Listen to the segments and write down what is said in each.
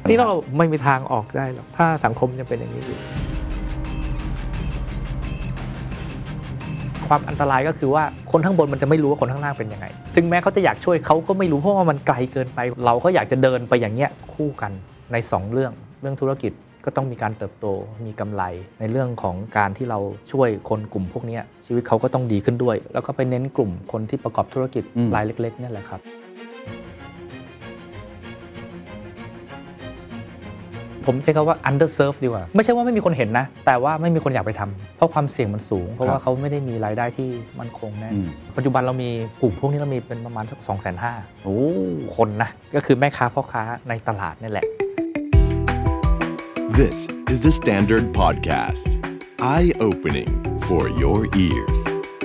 นี่เราไม่มีทางออกได้หรอกถ้าสังคมยังเป็นอย่างนี้อยู่ความอันตรายก็คือว่าคนข้างบนมันจะไม่รู้ว่าคนข้างล่างเป็นยังไงถึงแม้เขาจะอยากช่วยเขาก็ไม่รู้เพราะว่ามันไกลเกินไปเราก็อยากจะเดินไปอย่างเงี้ยคู่กันใน2เรื่องธุรกิจก็ต้องมีการเติบโตมีกำไรในเรื่องของการที่เราช่วยคนกลุ่มพวกนี้ชีวิตเขาก็ต้องดีขึ้นด้วยแล้วก็ไปเน้นกลุ่มคนที่ประกอบธุรกิจรายเล็กๆนี่แหละครับผมใช้คำว่า underserved ดีกว่าไม่ใช่ว่าไม่มีคนเห็นนะแต่ว่าไม่มีคนอยากไปทำเพราะความเสี่ยงมันสูงเพราะว่าเขาไม่ได้มีรายได้ที่มั่นคงแน่ปัจจุบันเรามีกลุ่มพวกนี้เรามีเป็นประมาณสัก 250,000 คนนะก็คือแม่ค้าพ่อค้าในตลาดนี่แหละ This is the Standard Podcast Eye-opening for your ears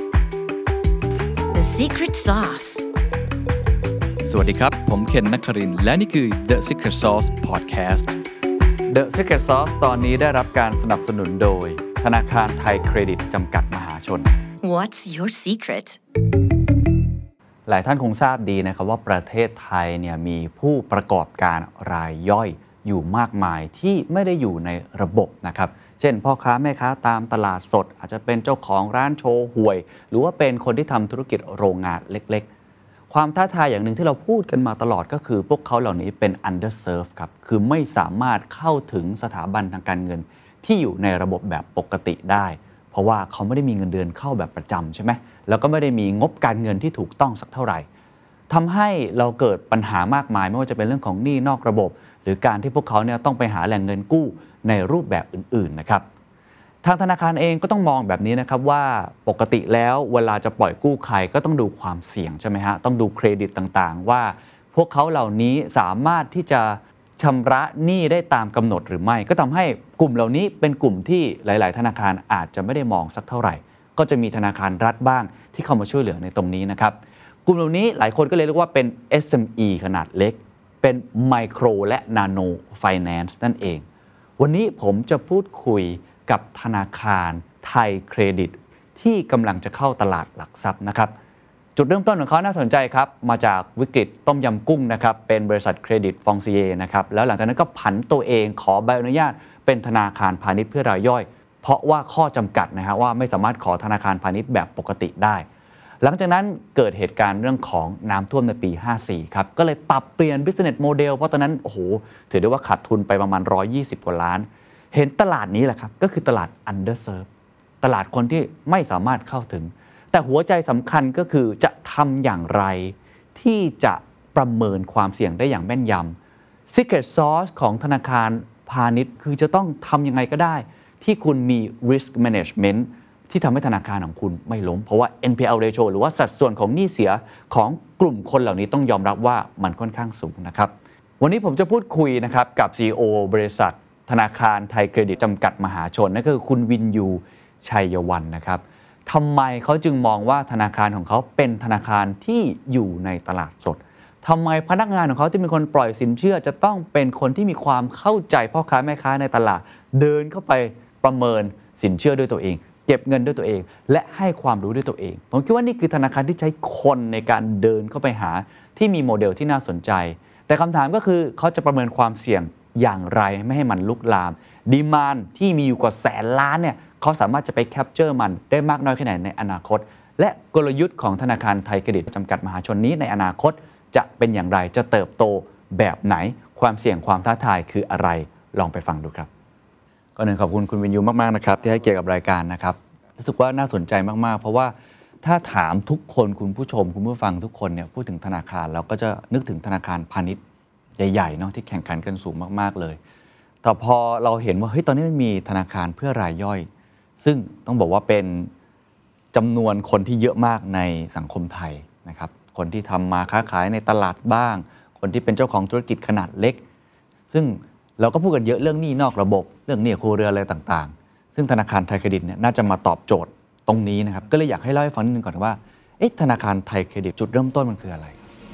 The Secret Sauce สวัสดีครับผมเคนนครินทร์และนี่คือ The Secret Sauce Podcast The Secret Sauce ตอนนี้ได้รับการสนับสนุนโดยธนาคารไทยเครดิตจำกัดมหาชน What's your secret หลายท่านคงทราบดีนะครับว่าประเทศไทยเนี่ยมีผู้ประกอบการรายย่อยอยู่มากมายที่ไม่ได้อยู่ในระบบนะครับเช่นพ่อค้าแม่ค้าตามตลาดสดอาจจะเป็นเจ้าของร้านโชว์หวยหรือว่าเป็นคนที่ทำธุรกิจโรงงานเล็กๆความท้าทายอย่างหนึ่งที่เราพูดกันมาตลอดก็คือพวกเขาเหล่านี้เป็น underserved ครับคือไม่สามารถเข้าถึงสถาบันทางการเงินที่อยู่ในระบบแบบปกติได้เพราะว่าเขาไม่ได้มีเงินเดือนเข้าแบบประจำใช่ไหมแล้วก็ไม่ได้มีงบการเงินที่ถูกต้องสักเท่าไหร่ทำให้เราเกิดปัญหามากมายไม่ว่าจะเป็นเรื่องของหนี้นอกระบบหรือการที่พวกเขาเนี่ยต้องไปหาแหล่งเงินกู้ในรูปแบบอื่นๆนะครับทางธนาคารเองก็ต้องมองแบบนี้นะครับว่าปกติแล้วเวลาจะปล่อยกู้ใครก็ต้องดูความเสี่ยงใช่ไหมฮะต้องดูเครดิตต่างๆว่าพวกเขาเหล่านี้สามารถที่จะชำระหนี้ได้ตามกำหนดหรือไม่ก็ทำให้กลุ่มเหล่านี้เป็นกลุ่มที่หลายๆธนาคารอาจจะไม่ได้มองสักเท่าไหร่ก็จะมีธนาคารรัฐบ้างที่เข้ามาช่วยเหลือในตรงนี้นะครับกลุ่มเหล่านี้หลายคนก็เลยเรียกว่าเป็น SME ขนาดเล็กเป็นไมโครและนาโนไฟแนนซ์นั่นเองวันนี้ผมจะพูดคุยกับธนาคารไทยเครดิตที่กำลังจะเข้าตลาดหลักทรัพย์นะครับจุดเริ่มต้นของเขาน่าสนใจครับมาจากวิกฤตต้มยำกุ้งนะครับเป็นบริษัทเครดิตฟองซิเยนะครับแล้วหลังจากนั้นก็ผันตัวเองขอใบอนุญาตเป็นธนาคารพาณิชย์เพื่อรายย่อยเพราะว่าข้อจำกัดนะฮะว่าไม่สามารถขอธนาคารพาณิชย์แบบปกติได้หลังจากนั้นเกิดเหตุการณ์เรื่องของน้ำท่วมในปี 54 ครับก็เลยปรับเปลี่ยน business model เพราะตอนนั้นโอ้โหถือได้ว่าขาดทุนไปประมาณ120 กว่าล้านเห็นตลาดนี้แหละครับก็คือตลาด underserved ตลาดคนที่ไม่สามารถเข้าถึงแต่หัวใจสำคัญก็คือจะทำอย่างไรที่จะประเมินความเสี่ยงได้อย่างแม่นยำ Secret Sauce ของธนาคารพาณิชย์คือจะต้องทำยังไงก็ได้ที่คุณมี risk managementที่ทำให้ธนาคารของคุณไม่ล้มเพราะว่า NPL ratio หรือว่าสัดส่วนของหนี้เสียของกลุ่มคนเหล่านี้ต้องยอมรับว่ามันค่อนข้างสูงนะครับวันนี้ผมจะพูดคุยนะครับกับ CEO บริษัทธนาคารไทยเครดิตจำกัดมหาชนนั่นก็คือคุณวินยูชัยวรรณนะครับทำไมเขาจึงมองว่าธนาคารของเขาเป็นธนาคารที่อยู่ในตลาดสดทำไมพนักงานของเขาที่เป็นคนปล่อยสินเชื่อจะต้องเป็นคนที่มีความเข้าใจพ่อค้าแม่ค้าในตลาดเดินเข้าไปประเมินสินเชื่อด้วยตัวเองเก็บเงินด้วยตัวเองและให้ความรู้ด้วยตัวเองผมคิดว่านี่คือธนาคารที่ใช้คนในการเดินเข้าไปหาที่มีโมเดลที่น่าสนใจแต่คำถามก็คือเขาจะประเมินความเสี่ยงอย่างไรไม่ให้มันลุกลามดีมานด์ที่มีอยู่กว่าแสนล้านเนี่ยเขาสามารถจะไปแคปเจอร์มันได้มากน้อยแค่ไหนในอนาคตและกลยุทธ์ของธนาคารไทยเครดิตจำกัดมหาชนนี้ในอนาคตจะเป็นอย่างไรจะเติบโตแบบไหนความเสี่ยงความท้าทายคืออะไรลองไปฟังดูครับก่อนอื่นขอบคุณคุณวินยูมากๆนะครับที่ให้เกียรติกับรายการนะครับรู้สึกว่าน่าสนใจมากๆเพราะว่าถ้าถามทุกคนคุณผู้ชมคุณผู้ฟังทุกคนเนี่ยพูดถึงธนาคารเราก็จะนึกถึงธนาคารพาณิชย์ใหญ่ๆเนาะที่แข่งขันกันสูงมากๆเลยแต่พอเราเห็นว่าเฮ้ยตอนนี้มันมีธนาคารเพื่อรายย่อยซึ่งต้องบอกว่าเป็นจำนวนคนที่เยอะมากในสังคมไทยนะครับคนที่ทำมาค้าขายในตลาดบ้างคนที่เป็นเจ้าของธุรกิจขนาดเล็กซึ่งเราก็พูดกันเยอะเรื่องหนี้นอกระบบเรื่องหนี้ครัวเรือนอะไรต่างๆซึ่งธนาคารไทยเครดิตเนี่ยน่าจะมาตอบโจทย์ตรงนี้นะครับก็เลยอยากให้เล่าให้ฟังนิดนึงก่อนว่าธนาคารไทยเครดิตจุดเริ่มต้นมันคืออะไร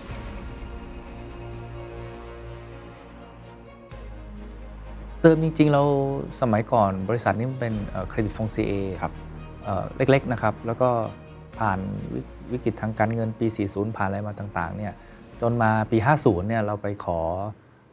เติมจริงๆเราสมัยก่อนบริษัทนี้มันเป็นเครดิตฟงซีเอครับเล็กๆนะครับแล้วก็ผ่านวิกฤตทางการเงินปี 40 ผ่านอะไรมาต่างๆเนี่ยจนมาปี 50 เนี่ยเราไปขอ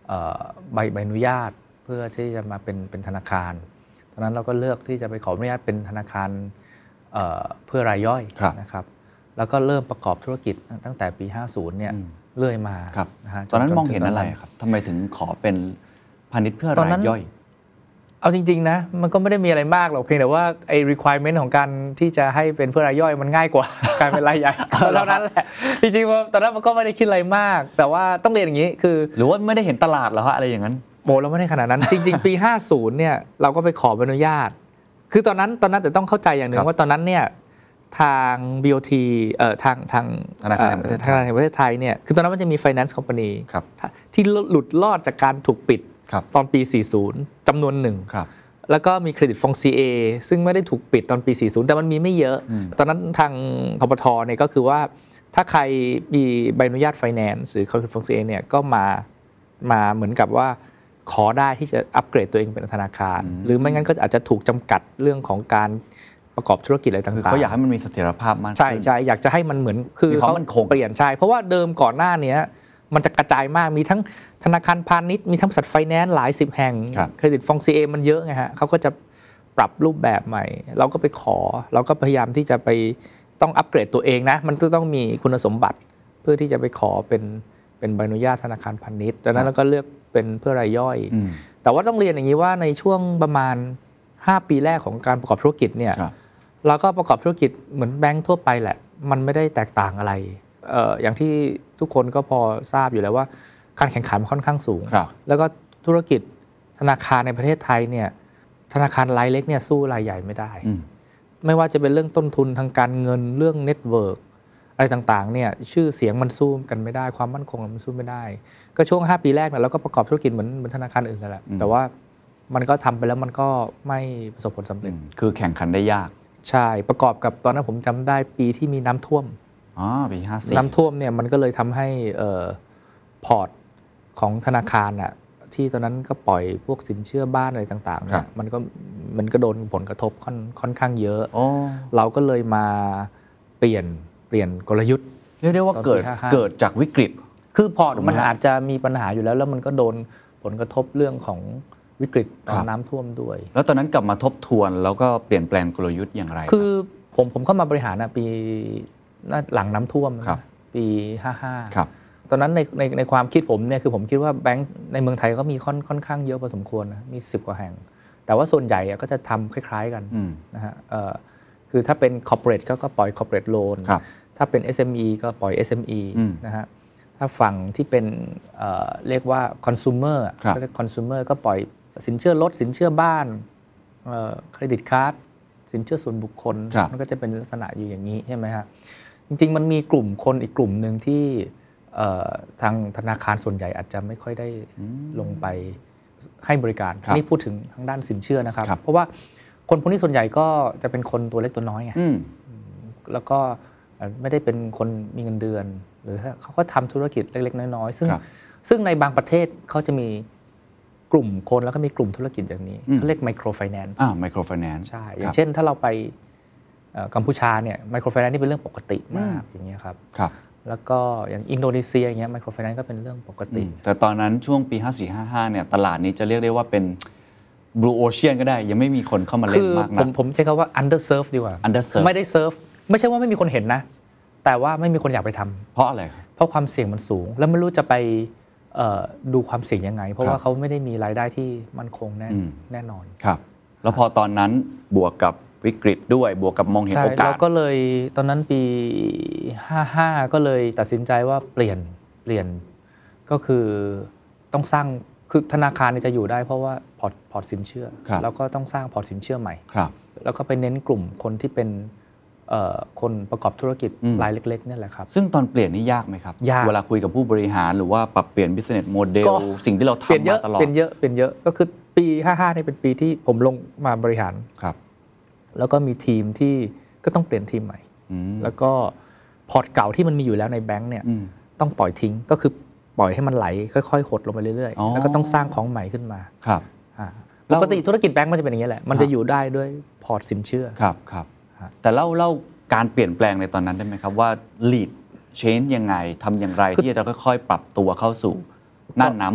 ใบอนุญาตเพื่อที่จะมาเป็นธนาคารตอนนั้นเราก็เลือกที่จะไปขออนุญาตเป็นธนาคารเพื่อรายย่อยนะครับแล้วก็เริ่มประกอบธุรกิจตั้งแต่ปี 50 เนี่ยเรื่อยมานะฮะตอนนั้นมองเห็นอะไรครับทำไมถึงขอเป็นพาณิชย์เพื่อรายย่อยเอาจริงๆนะมันก็ไม่ได้มีอะไรมากหรอกเพียงแต่ว่าไอ้ requirement ของการที่จะให้เป็นเพื่อรายย่อยมันง่ายกว่า การเป็นรายใหญ่เท่านั้นแหละจริงๆตอนนั้นมันก็ไม่ได้คิดอะไรมากแต่ว่าต้องเรียนอย่างนี้คือหรือว่าไม่ได้เห็นตลาดเหรอฮะอะไรอย่างนั้นโมเราไม่ได้ขนาดนั้น จริงๆปี 50 เนี่ยเราก็ไปขอใบอนุญาตคือตอนนั้นแต่ต้องเข้าใจอย่างหนึ่งว่าตอนนั้นเนี่ยทาง BOT ทางธนาคารแห่งประเทศไทยเนี่ยคือตอนนั้นมันจะมี finance company ที่หลุดรอดจากการถูกปิดตอนปี 40 จำนวนหนึ่งแล้วก็มีเครดิตฟองซีเอซึ่งไม่ได้ถูกปิดตอนปี 40 แต่มันมีไม่เยอะตอนนั้นทางพปทเนี่ยก็คือว่าถ้าใครมีใบอนุญาต finance หรือเครดิตฟองซีเอเนี่ยก็มาเหมือนกับว่าขอได้ที่จะอัปเกรดตัวเองเป็นธนาคารหรือไม่งั้นก็อาจจะถูกจำกัดเรื่องของการประกอบธุรกิจอะไรต่างๆเขาอยากให้มันมีเสถียรภาพมากขึ้นใช่อยากจะให้มันเหมือนคือเขาเปลี่ยนใช่เพราะว่าเดิมก่อนหน้านี้มันจะกระจายมากมีทั้งธนาคารพาณิชย์มีทั้งบริษัทไฟแนนซ์หลาย10แห่งเครดิตฟองซีเอมันเยอะไงฮะเขาก็จะปรับรูปแบบใหม่เราก็ไปขอเราก็พยายามที่จะไปต้องอัปเกรดตัวเองนะมันต้องมีคุณสมบัติเพื่อที่จะไปขอเป็นใบอนุญาตธนาคารพาณิชย์ดังนั้นเราก็เลือกเป็นเพื่อรายย่อยแต่ว่าต้องเรียนอย่างนี้ว่าในช่วงประมาณ5ปีแรกของการประกอบธุรกิจเนี่ยเราก็ประกอบธุรกิจเหมือนแบงค์ทั่วไปแหละมันไม่ได้แตกต่างอะไรอย่างที่ทุกคนก็พอทราบอยู่แล้วว่าการแข่งขันมันค่อนข้างสูงแล้วก็ธุรกิจธนาคารในประเทศไทยเนี่ยธนาคารรายเล็กเนี่ยสู้รายใหญ่ไม่ได้ไม่ว่าจะเป็นเรื่องต้นทุนทางการเงินเรื่องเน็ตเวิร์กอะไรต่างๆเนี่ยชื่อเสียงมันสู้กันไม่ได้ความมั่นคงมันสู้ไม่ได้ก็ช่วง5ปีแรกเนี่ยเราก็ประกอบธุรกิจเหมือนธนาคารอื่นนั่นแหละแต่ว่ามันก็ทำไปแล้วมันก็ไม่ประสบผลสำเร็จคือแข่งขันได้ยากใช่ประกอบกับตอนนั้นผมจำได้ปีที่มีน้ำท่วมปี54 น้ำท่วมเนี่ยมันก็เลยทำให้พอร์ตของธนาคารอ่ะที่ตอนนั้นก็ปล่อยพวกสินเชื่อบ้านอะไรต่างๆเนี่ยมันก็โดนผลกระทบค่อนข้างเยอะเราก็เลยมาเปลี่ยนกลยุทธ์เรียกได้ว่าเกิดจากวิกฤตคือพอร์ตมันอาจจะมีปัญหาอยู่แล้วมันก็โดนผลกระทบเรื่องของวิกฤตตอนน้ำท่วมด้วยแล้วตอนนั้นกลับมาทบทวนแล้วก็เปลี่ยนแปลงกลยุทธ์อย่างไรคือผมเข้ามาบริหารปีหลังน้ำท่วมปี55ตอนนั้นในความคิดผมเนี่ยคือผมคิดว่าแบงก์ในเมืองไทยก็มีค่อนข้างเยอะพอสมควรนะมี10กว่าแห่งแต่ว่าส่วนใหญ่ก็จะทำคล้ายๆกันนะฮะคือถ้าเป็น corporate ก็ปล่อย corporate loan ถ้าเป็น SME ก็ปล่อย SME นะฮะถ้าฝั่งที่เป็นเรียกว่า consumer ก็เรียก consumer ก็ปล่อยสินเชื่อรถสินเชื่อบ้านเครดิตการ์ดสินเชื่อส่วนบุคคลมันก็จะเป็นลักษณะอยู่อย่างนี้ใช่ไหมฮะจริงๆมันมีกลุ่มคนอีกกลุ่มหนึ่งที่ทางธนาคารส่วนใหญ่อาจจะไม่ค่อยได้ลงไปให้บริการนี่พูดถึงทางด้านสินเชื่อนะครับเพราะว่าคนพวกนี้ส่วนใหญ่ก็จะเป็นคนตัวเล็กตัวน้อยไงแล้วก็ไม่ได้เป็นคนมีเงินเดือนหรือเขาก็ทำธุรกิจเล็กๆน้อยๆซึ่งในบางประเทศเขาจะมีกลุ่มคนแล้วก็มีกลุ่มธุรกิจอย่างนี้เขาเรียกไมโครไฟแนนซ์ไมโครไฟแนนซ์ใช่อย่างเช่นถ้าเราไปกัมพูชาเนี่ยไมโครไฟแนนซ์นี่เป็นเรื่องปกติมากอย่างเงี้ยครับแล้วก็อย่างอินโดนีเซียอย่างเงี้ยไมโครไฟแนนซ์ก็เป็นเรื่องปกติแต่ตอนนั้นช่วงปี 54-55 เนี่ยตลาดนี้จะเรียกได้ว่าเป็น Blue Ocean ก็ได้ยังไม่มีคนเข้ามาเล่นมากนะผมใช้คำว่า underserve ดีกว่า underserve ไม่ได้ serve ไม่ใช่ว่าไม่มีคนเห็นนะแต่ว่าไม่มีคนอยากไปทำเพราะอะไรครับเพราะความเสี่ยงมันสูงแล้วไม่รู้จะไปดูความเสี่ยงยังไงเพราะว่าเขาไม่ได้มีรายได้ที่มั่นคงแน่นอนครับแล้วพอตอนนั้นบวกกับวิกฤตด้วยบวกกับมองเห็นโอกาสเราก็เลยตอนนั้นปี55ก็เลยตัดสินใจว่าเปลี่ยนก็คือต้องสร้างคือธนาคารจะอยู่ได้เพราะว่าพอร์ตสินเชื่อแล้วก็ต้องสร้างพอร์ตสินเชื่อใหม่แล้วก็ไปเน้นกลุ่มคนที่เป็นคนประกอบธุรกิจรายเล็กๆนี่แหละครับซึ่งตอนเปลี่ยนนี่ยากไหมครับเวลาคุยกับผู้บริหารหรือว่าปรับเปลี่ยน business model สิ่งที่เราทำมาตลอดเปลี่ยนเยอะก็คือปี55นี่เป็นปีที่ผมลงมาบริหารครับแล้วก็มีทีมที่ก็ต้องเปลี่ยนทีมใหม่แล้วก็พอร์ตเก่าที่มันมีอยู่แล้วในแบงค์เนี่ยต้องปล่อยทิ้งก็คือปล่อยให้มันไหลค่อยๆหดลงไปเรื่อยๆแล้วก็ต้องสร้างของใหม่ขึ้นมาครับปกติธุรกิจแบงค์มันจะเป็นอย่างนี้แหละมันจะอยู่ได้ด้วยพอร์ตสินเชื่อครับแต่เล่าการเปลี่ยนแปลงในตอนนั้นได้ไหมครับว่า lead change ยังไงทำอย่างไรที่จะค่อยๆปรับตัวเข้าสู่น่านน้ำใหม่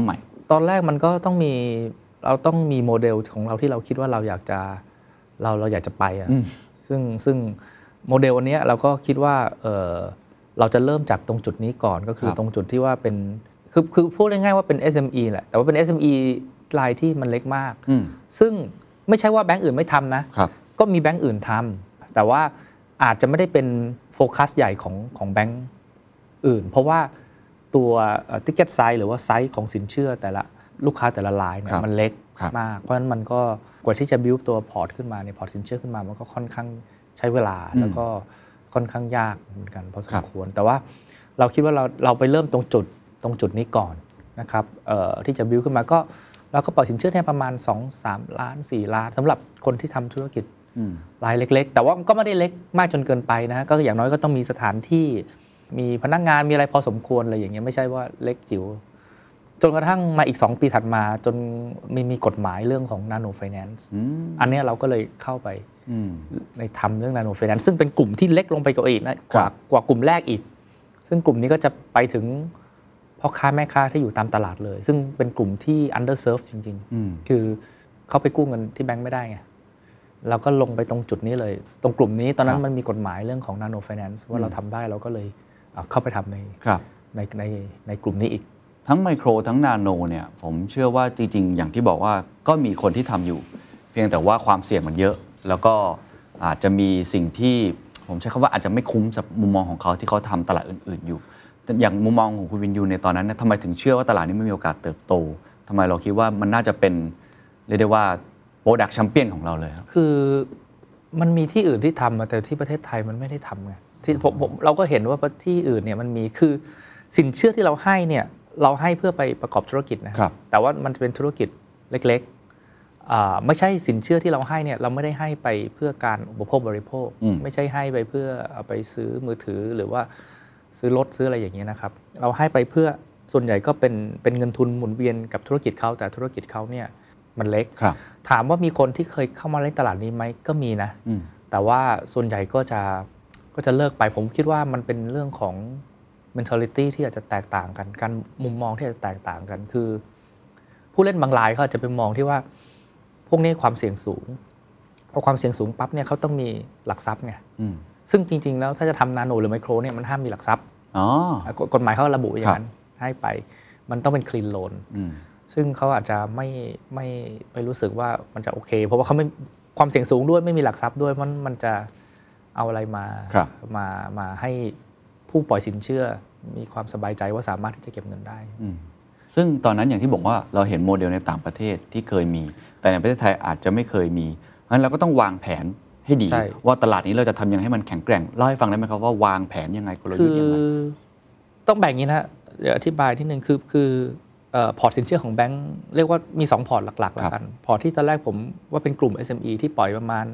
ตอนแรกมันก็ต้องมีเราต้องมีโมเดลของเราที่เราคิดว่าเราอยากจะไปอ่ะซึ่งโมเดลวันนี้เราก็คิดว่าเราจะเริ่มจากตรงจุดนี้ก่อนก็คือตรงจุดที่ว่าเป็นคือพูดง่ายๆว่าเป็น SME แหละแต่ว่าเป็น SME รายที่มันเล็กมากซึ่งไม่ใช่ว่าแบงก์อื่นไม่ทำนะก็มีแบงก์อื่นทำแต่ว่าอาจจะไม่ได้เป็นโฟกัสใหญ่ของแบงก์อื่นเพราะว่าตัวติกเก็ตไซส์หรือว่าไซส์ของสินเชื่อแต่ละลูกค้าแต่ละรายเนี่ยมันเล็กมากเพราะฉะนั้นมันก็กว่าที่จะบิวตัวพอร์ตขึ้นมาเนี่ยพอร์ตสินเชื่อขึ้นมามันก็ค่อนข้างใช้เวลาแล้วก็ค่อนข้างยากเหมือนกันพอสมควรแต่ว่าเราคิดว่าเราไปเริ่มตรงจุดนี้ก่อนนะครับที่จะบิวขึ้นมาก็เราก็ปล่อยสินเชื่อแค่ประมาณ 2-3 ล้าน 4 ล้านสำหรับคนที่ทำธุรกิจรายเล็กๆแต่ว่าก็ไม่ได้เล็กมากจนเกินไปนะก็อย่างน้อยก็ต้องมีสถานที่มีพนักงานมีอะไรพอสมควรอะไรอย่างเงี้ยไม่ใช่ว่าเล็กจิ๋วจนกระทั่งมาอีก2 ปีถัดมาจนมีกฎหมายเรื่องของ Nano Finance อันนี้เราก็เลยเข้าไปในทำเรื่อง Nano Finance ซึ่งเป็นกลุ่มที่เล็กลงไปกว่าอีกนะกว่ากลุ่มแรกอีกซึ่งกลุ่มนี้ก็จะไปถึงพ่อค้าแม่ค้าที่อยู่ตามตลาดเลยซึ่งเป็นกลุ่มที่ underserved จริงๆคือเขาไปกู้เงินที่แบงก์ไม่ได้ไงเราก็ลงไปตรงจุดนี้เลยตรงกลุ่มนี้ตอนนั้นมันมีกฎหมายเรื่องของ Nano Finance ว่าเราทำได้เราก็เลยเข้าไปทำในกลุ่มนี้อีกทั้งไมโครทั้งนาโนเนี่ยผมเชื่อว่าจริงๆอย่างที่บอกว่าก็มีคนที่ทำอยู่เพียงแต่ว่าความเสี่ยงมันเยอะแล้วก็อาจจะมีสิ่งที่ผมใช้คำว่าอาจจะไม่คุ้มกับมุมมองของเขาที่เขาทำตลาดอื่นๆอยู่อย่างมุมมองของคุณวินยูในตอนนั้นทำไมถึงเชื่อว่าตลาดนี้ไม่มีโอกาสเติบโตทำไมเราคิดว่ามันน่าจะเป็นเรียกได้ว่าโปรดักต์แชมเปี้ยนของเราเลยครับคือมันมีที่อื่นที่ทำแต่ที่ประเทศไทยมันไม่ได้ทำไงที่ผมเราก็เห็นว่าที่อื่นเนี่ยมันมีคือสินเชื่อที่เราให้เนี่ยเราให้เพื่อไปประกอบธุรกิจนะครับแต่ว่ามันจะเป็นธุรกิจเล็กๆไม่ใช่สินเชื่อที่เราให้เนี่ยเราไม่ได้ให้ไปเพื่อการอุปโภคบริโภคไม่ใช่ให้ไปเพื่อเอาไปซื้อมือถือหรือว่าซื้อรถซื้ออะไรอย่างเงี้ยนะครับเราให้ไปเพื่อส่วนใหญ่ก็เป็นเงินทุนหมุนเวียนกับธุรกิจเขาแต่ธุรกิจเขาเนี่ยมันเล็กถามว่ามีคนที่เคยเข้ามาเล่นตลาดนี้ไหมก็มีนะแต่ว่าส่วนใหญ่ก็จะเลิกไปผมคิดว่ามันเป็นเรื่องของmentality ที่อาจจะแตกต่างกันการมุมมองที่อาจจะแตกต่างกันคือผู้เล่นบางรายเขาอาจจะไปมองที่ว่าพวกนี้ความเสี่ยงสูงพอความเสี่ยงสูงปั๊บเนี่ยเขาต้องมีหลักทรัพย์ไงซึ่งจริงๆแล้วถ้าจะทำนาโนหรือไมโครเนี่ยมันห้ามมีหลักทรัพย์กฎหมายเขาระบุอย่างนั้นให้ไปมันต้องเป็น clean loan ซึ่งเขาอาจจะไม่รู้สึกว่ามันจะโอเคเพราะว่าเขาไม่ความเสี่ยงสูงด้วยไม่มีหลักทรัพย์ด้วยมันจะเอาอะไรมาให้ผู้ปล่อยสินเชื่อมีความสบายใจว่าสามารถที่จะเก็บเงินได้ซึ่งตอนนั้นอย่างที่บอกว่าเราเห็นโมเดลในต่างประเทศที่เคยมีแต่ในประเทศไทยอาจจะไม่เคยมีงั้นเราก็ต้องวางแผนให้ดีว่าตลาดนี้เราจะทำยังไงให้มันแข็งแกร่งเล่าให้ฟังได้ไหมครับว่าวางแผนยังไงกลยุทธ์ยังไงต้องแบ่งอย่างนี้นะเดี๋ยวอธิบายนิดนึงคือพอร์ตสินเชื่อของแบงค์เรียกว่ามี2พอร์ตหลักๆแล้วกันพอร์ตที่ตอนแรกผมว่าเป็นกลุ่ม SME ที่ปล่อยประมาณ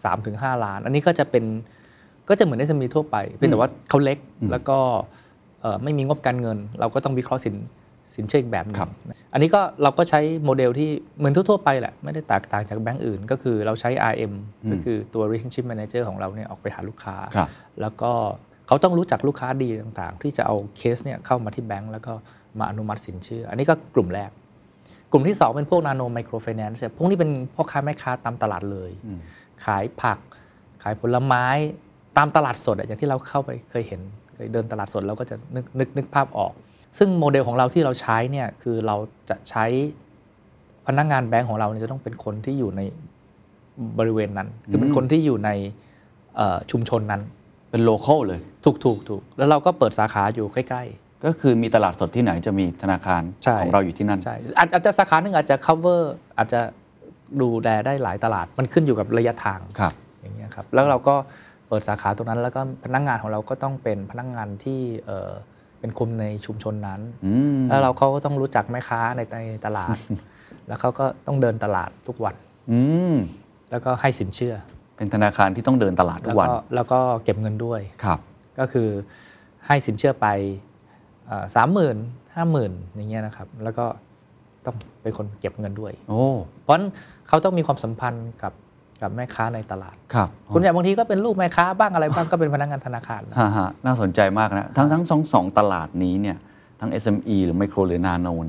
3-5 ล้านอันนี้ก็จะเหมือน SME ทั่วไปเพียงแต่ว่าเขาเล็กแล้วก็ไม่มีงบการเงินเราก็ต้องวิเคราะห์สินเชื่ออีกแบบนึงอันนี้ก็เราก็ใช้โมเดลที่เหมือนทั่วไปแหละไม่ได้แตกต่างจากแบงก์อื่นก็คือเราใช้ RM ก็คือตัว Relationship Manager ของเราเนี่ยออกไปหาลูกค้าแล้วก็เขาต้องรู้จักลูกค้าดีต่างๆที่จะเอาเคสเนี่ยเข้ามาที่แบงก์แล้วก็มาอนุมัติสินเชื่ออันนี้ก็กลุ่มแรกกลุ่มที่2เป็นพวก Nano Micro Finance พวกนี้เป็นพ่อค้าแม่ค้าตามตลาดเลยขายผักขายผลไม้ตามตลาดสดอย่างที่เราเข้าไปเคยเห็นเคยเดินตลาดสดเราก็จะนึกภาพออกซึ่งโมเดลของเราที่เราใช้เนี่ยคือเราจะใช้พนักงานแบงก์ของเราเนี่ยจะต้องเป็นคนที่อยู่ในบริเวณนั้นคือเป็นคนที่อยู่ในชุมชนนั้นเป็นโลคอลเลยถูกแล้วเราก็เปิดสาขาอยู่ใกล้ๆก็คือมีตลาดสดที่ไหนจะมีธนาคารของเราอยู่ที่นั่นใช่อาจจะสาขาหนึ่งอาจจะ cover อาจจะดูแลได้หลายตลาดมันขึ้นอยู่กับระยะทางอย่างเงี้ยครับแล้วเราก็เปิดสาขาตรงนั้นแล้วก็พนักงานของเราก็ต้องเป็นพนักงานที่เป็นคนในชุมชนนั้นแล้วเขาก็ต้องรู้จักแม่ค้าในตลาด แล้วเขาก็ต้องเดินตลาดทุกวันแล้วก็ให้สินเชื่อเป็นธนาคารที่ต้องเดินตลาดทุกวันแล้วก็เก็บเงินด้วยครับก็คือให้สินเชื่อไป 30,000 50,000 อย่างเงี้ยนะครับแล้วก็ต้องเป็นคนเก็บเงินด้วยเพราะฉะนั้นเขาต้องมีความสัมพันธ์กับแม่ค้าในตลาดครับคุณอย่างบางทีก็เป็นลูกแม่ค้าบ้างอะไรบ้างก็เป็นพนักงานธนาคารน่าสนใจมากนะทั้ง2ตลาดนี้เนี่ยทั้ง SME หรือไมโครหรือนาโนเนี่ย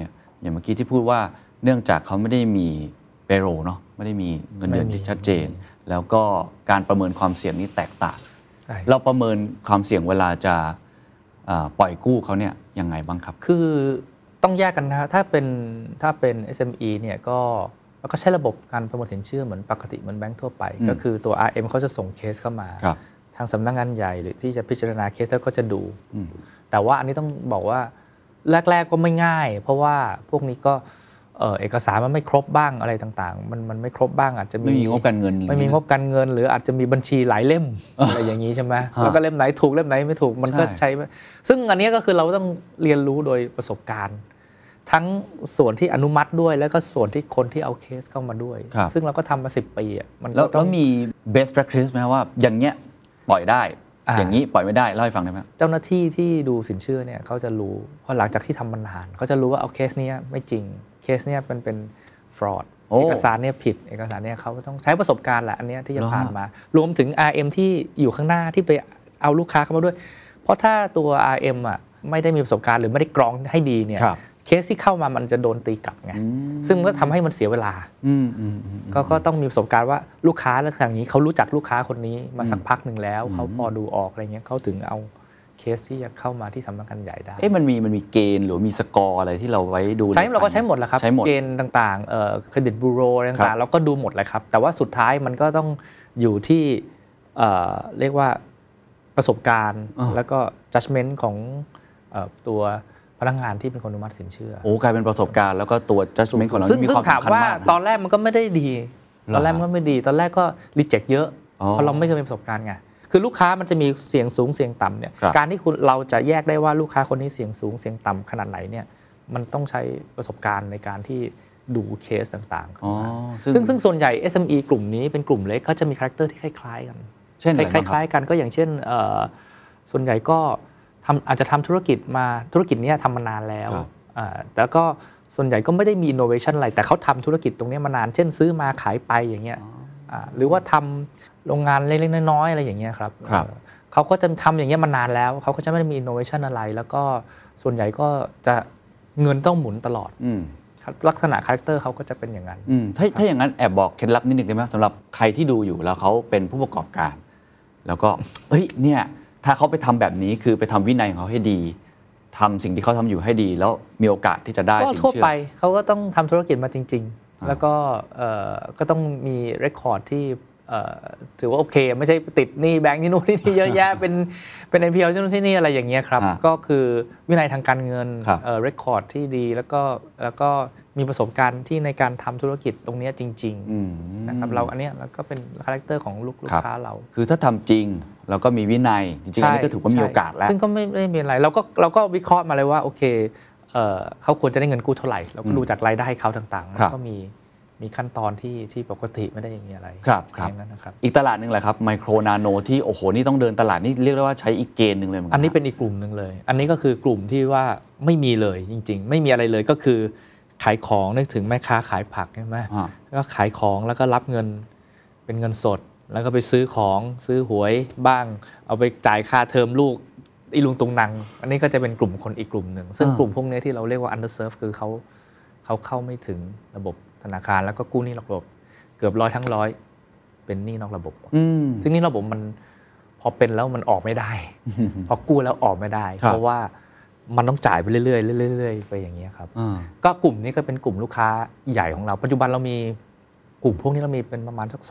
อย่างเมื่อกี้ที่พูดว่าเนื่องจากเขาไม่ได้มีเปโรเนาะไม่ได้มีเงินเดือนที่ชัดเจนแล้วก็การประเมินความเสี่ยงนี้แตกต่างเราประเมินความเสี่ยงเวลาจะปล่อยกู้เขาเนี่ยยังไงบ้างครับคือต้องแยกกันนะถ้าเป็น SME เนี่ยก็ใช้ระบบการประเมินสินเชื่อเหมือนปกติเหมือนแบงก์ทั่วไปก็คือตัว RM เขาจะส่งเคสเข้ามาทางสำนักงานใหญ่หรือที่จะพิจารณาเคสก็จะดูแต่ว่าอันนี้ต้องบอกว่าแรกๆก็ไม่ง่ายเพราะว่าพวกนี้ก็เอกสารมันไม่ครบบ้างอะไรต่างๆมันไม่ครบบ้างอาจจะไม่มีงบการเงินไม่มีงบการเงินหรืออาจจะมีบัญชีหลายเล่มอะไรอย่างนี้ใช่ไหมแล้วก็เล่มไหนถูกเล่มไหนไม่ถูกมันก็ใช้ซึ่งอันนี้ก็คือเราต้องเรียนรู้โดยประสบการณ์ทั้งส่วนที่อนุมัติด้วยแล้วก็ส่วนที่คนที่เอาเคสเข้ามาด้วยซึ่งเราก็ทำมา10 ปีมันก็ต้องมี best practice ไหมว่าอย่างเงี้ยปล่อยได้อย่างนี้ปล่อยไม่ได้เล่าให้ฟังได้ไหมเจ้าหน้าที่ที่ดูสินเชื่อเนี่ยเขาจะรู้พอหลังจากที่ทำมานานเขาจะรู้ว่าเอาเคสนี้ไม่จริงเคสนี้เป็น fraud เอกสารเนี่ยผิดเอกสารเนี่ยเขาต้องใช้ประสบการณ์แหละอันนี้ที่จะผ่านมารวมถึง RM ที่อยู่ข้างหน้าที่ไปเอาลูกค้าเข้ามาด้วยเพราะถ้าตัว RM ไม่ได้มีประสบการณ์หรือไม่ได้กรองให้ดีเนี่ยเคสที่เข้ามามันจะโดนตีกลับไงซึ่งก็ทำให้มันเสียเวลาก็ต้องมีประสบการณ์ว่าลูกค้าแล้วอย่างนี้เขารู้จักลูกค้าคนนี้มาสักพักหนึ่งแล้วเขาพอดูออกอะไรเงี้ยเขาถึงเอาเคสที่จะเข้ามาที่สำนักงานใหญ่ได้มันมีเกณฑ์หรือมีสกอร์อะไรที่เราไว้ดูเราก็ใช้หมดแหละครับเกณฑ์ต่างๆเครดิตบูโรต่างๆเราก็ดูหมดเลยครับแต่ว่าสุดท้ายมันก็ต้องอยู่ที่เรียกว่าประสบการณ์แล้วก็ judgment ของตัวพนักงานที่เป็นคนอนุมัติสินเชื่อกลายเป็นประสบการณ์แล้วก็ตัว judgment ของเรามีความสำคัญมากตอนแรกมันก็ไม่ได้ดีตอนแรกมันก็ไม่ดีตอนแรกก็ reject เยอะเพราะเราไม่เคยมีประสบการณ์ไงคือลูกค้ามันจะมีเสียงสูงเสียงต่ำเนี่ยการที่เราจะแยกได้ว่าลูกค้าคนนี้เสียงสูงเสียงต่ำขนาดไหนเนี่ยมันต้องใช้ประสบการณ์ในการที่ดูเคสต่างๆซึ่งส่วนใหญ่ SME กลุ่มนี้เป็นกลุ่มเล็กเขาจะมีคาแรคเตอร์ที่คล้ายๆกันเช่นคล้ายๆกันก็อย่างเช่นส่วนใหญ่ก็อาจจะทำธุรกิจนี้ทำมานานแล้วแล้วก็ส่วนใหญ่ก็ไม่ได้มี innovation อะไรแต่เขาทำธุรกิจตรงนี้มานานเช่นซื้อมาขายไปอย่างเงี้ยหรือว่าทำโรงงานเล็กๆน้อยๆอะไรอย่างเงี้ยครับเขาก็จะทำอย่างเงี้ยมานานแล้วเขาก็จะไม่ได้มี innovation อะไรแล้วก็ส่วนใหญ่ก็จะเงินต้องหมุนตลอดลักษณะคาแรคเตอร์เขาก็จะเป็นอย่างนั้นถ้าอย่างนั้นแอบบอกเคล็ดลับนิดนึงได้ไหมสำหรับใครที่ดูอยู่แล้วเขาเป็นผู้ประกอบการแล้วก็เนี่ยถ้าเขาไปทำแบบนี้คือไปทำวินัยของเขาให้ดีทำสิ่งที่เขาทำอยู่ให้ดีแล้วมีโอกาสที่จะได้สินเชื่อก็ทั่วไปเขาก็ต้องทำธุรกิจมาจริงๆแล้วก็ต้องมีเรคคอร์ดที่ถือว่าโอเคไม่ใช่ติดหนี้แบงค์ที่นู่นที่นี่เยอะแยะเป็น NPL ที่นู่นที่นี่อะไรอย่างเงี้ยครับก็คือวินัยทางการเงินเรคคอร์ดที่ดีแล้วก็มีประสบการณ์ที่ในการทำธุรกิจตรงนี้จริงๆนะครับเราอันนี้แล้วก็เป็นคาแรคเตอร์ของลูกค้าเราคือถ้าทำจริงแล้วก็มีวินัยจริงๆอันนี้ก็ถือว่ามีโอกาสแล้วซึ่งก็ไม่มีอะไรเราก็วิเคราะห์มาเลยว่าโอเคเขาควรจะได้เงินกู้เท่าไหร่เราก็ดูจากรายได้เขาต่างๆแล้วก็มีขั้นตอนที่ปกติไม่ได้อย่างนี้อะไรครับนะครับอีกตลาดนึงแหละครับไมโครนาโนที่โอ้โหนี่ต้องเดินตลาดนี่เรียกได้ว่าใช้อีกเกณฑ์นึงเลยอันนี้เป็นอีกกลุ่มนึงเลยอันนี้ก็คือกลุ่มที่ว่าไม่มีเลยจริงๆไม่มีอะไรเลยก็คือขายของนึกถึงแม่ค้าขายผักใช่ไหมก็ขายของแล้วก็รับเงินเป็นเงินสดแล้วก็ไปซื้อของซื้อหวยบ้างเอาไปจ่ายค่าเทอมลูกอีลุงตุงนังอันนี้ก็จะเป็นกลุ่มคนอีกกลุ่มนึงซึ่งกลุ่มพวกนี้ที่เราเรียกว่า underserved คือเขาเข้าไม่ถึงระบบธนาคารแล้วก็กู้หนี้นอกระบบเกือบ100ทั้ง100เป็นหนี้นอกระบบซึ่งหนี้ระบบมันพอเป็นแล้วมันออกไม่ได้พอกู้แล้วออกไม่ได้เพราะว่ามันต้องจ่ายไปเรื่อยๆเรื่อยๆไปอย่างเงี้ยครับก็กลุ่มนี้ก็เป็นกลุ่มลูกค้าใหญ่ของเราปัจจุบันเรามีกลุ่มพวกนี้เรามีเป็นประมาณสัก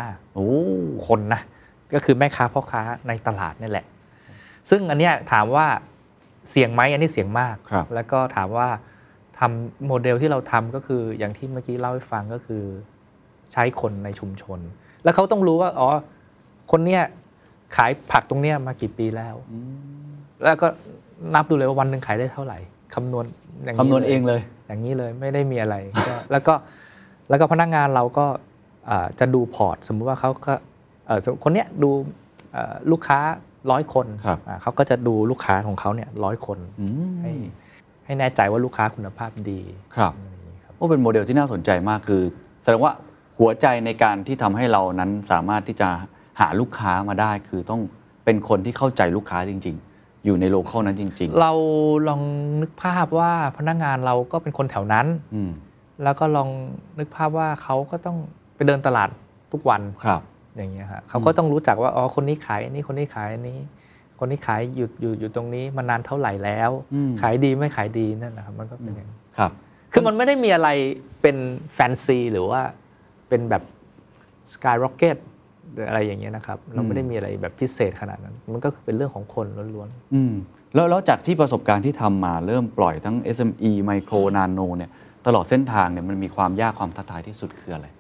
250,000 คนนะก็คือแม่ค้าพ่อค้าในตลาดนี่แหละซึ่งอันเนี้ยถามว่าเสี่ยงไหมอันนี้เสี่ยงมากแล้วก็ถามว่าทำโมเดลที่เราทำก็คืออย่างที่เมื่อกี้เล่าให้ฟังก็คือใช้คนในชุมชนแล้วเขาต้องรู้ว่าคนเนี้ยขายผักตรงเนี้ยมากี่ปีแล้วแล้วก็นับดูเลยว่าวันนึงขายได้เท่าไหร่คำนวณอย่างนี้คำนวณเองเลยอย่างนี้เลยไม่ได้มีอะไร แล้วก็พนักงานเราก็จะดูพอร์ตสมมุติว่าเขาก็คนเนี้ยดูลูกค้า100 คนเขาก็จะดูลูกค้าของเขาเนี่ย100 คนให้แน่ใจว่าลูกค้าคุณภาพดีครับเป็นโมเดลที่น่าสนใจมากคือแสดงว่าหัวใจในการที่ทำให้เรานั้นสามารถที่จะหาลูกค้ามาได้คือต้องเป็นคนที่เข้าใจลูกค้าจริงๆอยู่ในโลคอลนั้นจริงๆเราลองนึกภาพว่าพนักงานเราก็เป็นคนแถวนั้นแล้วก็ลองนึกภาพว่าเขาก็ต้องไปเดินตลาดทุกวันอย่างเงี้ยครับเขาก็ต้องรู้จักว่าอ๋อคนนี้ขายอันนี้คนนี้ขายอันนี้คนนี้ขายอยู่ตรงนี้มานานเท่าไหร่แล้วขายดีไม่ขายดีนั่นนะครับมันก็เป็นอย่างนี้ครับคือมันไม่ได้มีอะไรเป็นแฟนซีหรือว่าเป็นแบบสกายร็อกเก็ตหรืออะไรอย่างเงี้ยนะครับเราไม่ได้มีอะไรแบบพิเศษขนาดนั้นมันก็เป็นเรื่องของคนล้วนๆแล้วจากที่ประสบการณ์ที่ทำมาเริ่มปล่อยทั้ง SME ไมโครนาโนเนี่ยตลอดเส้นทางเนี่ยมันมีความยากความท้าทายที่สุดคืออะไร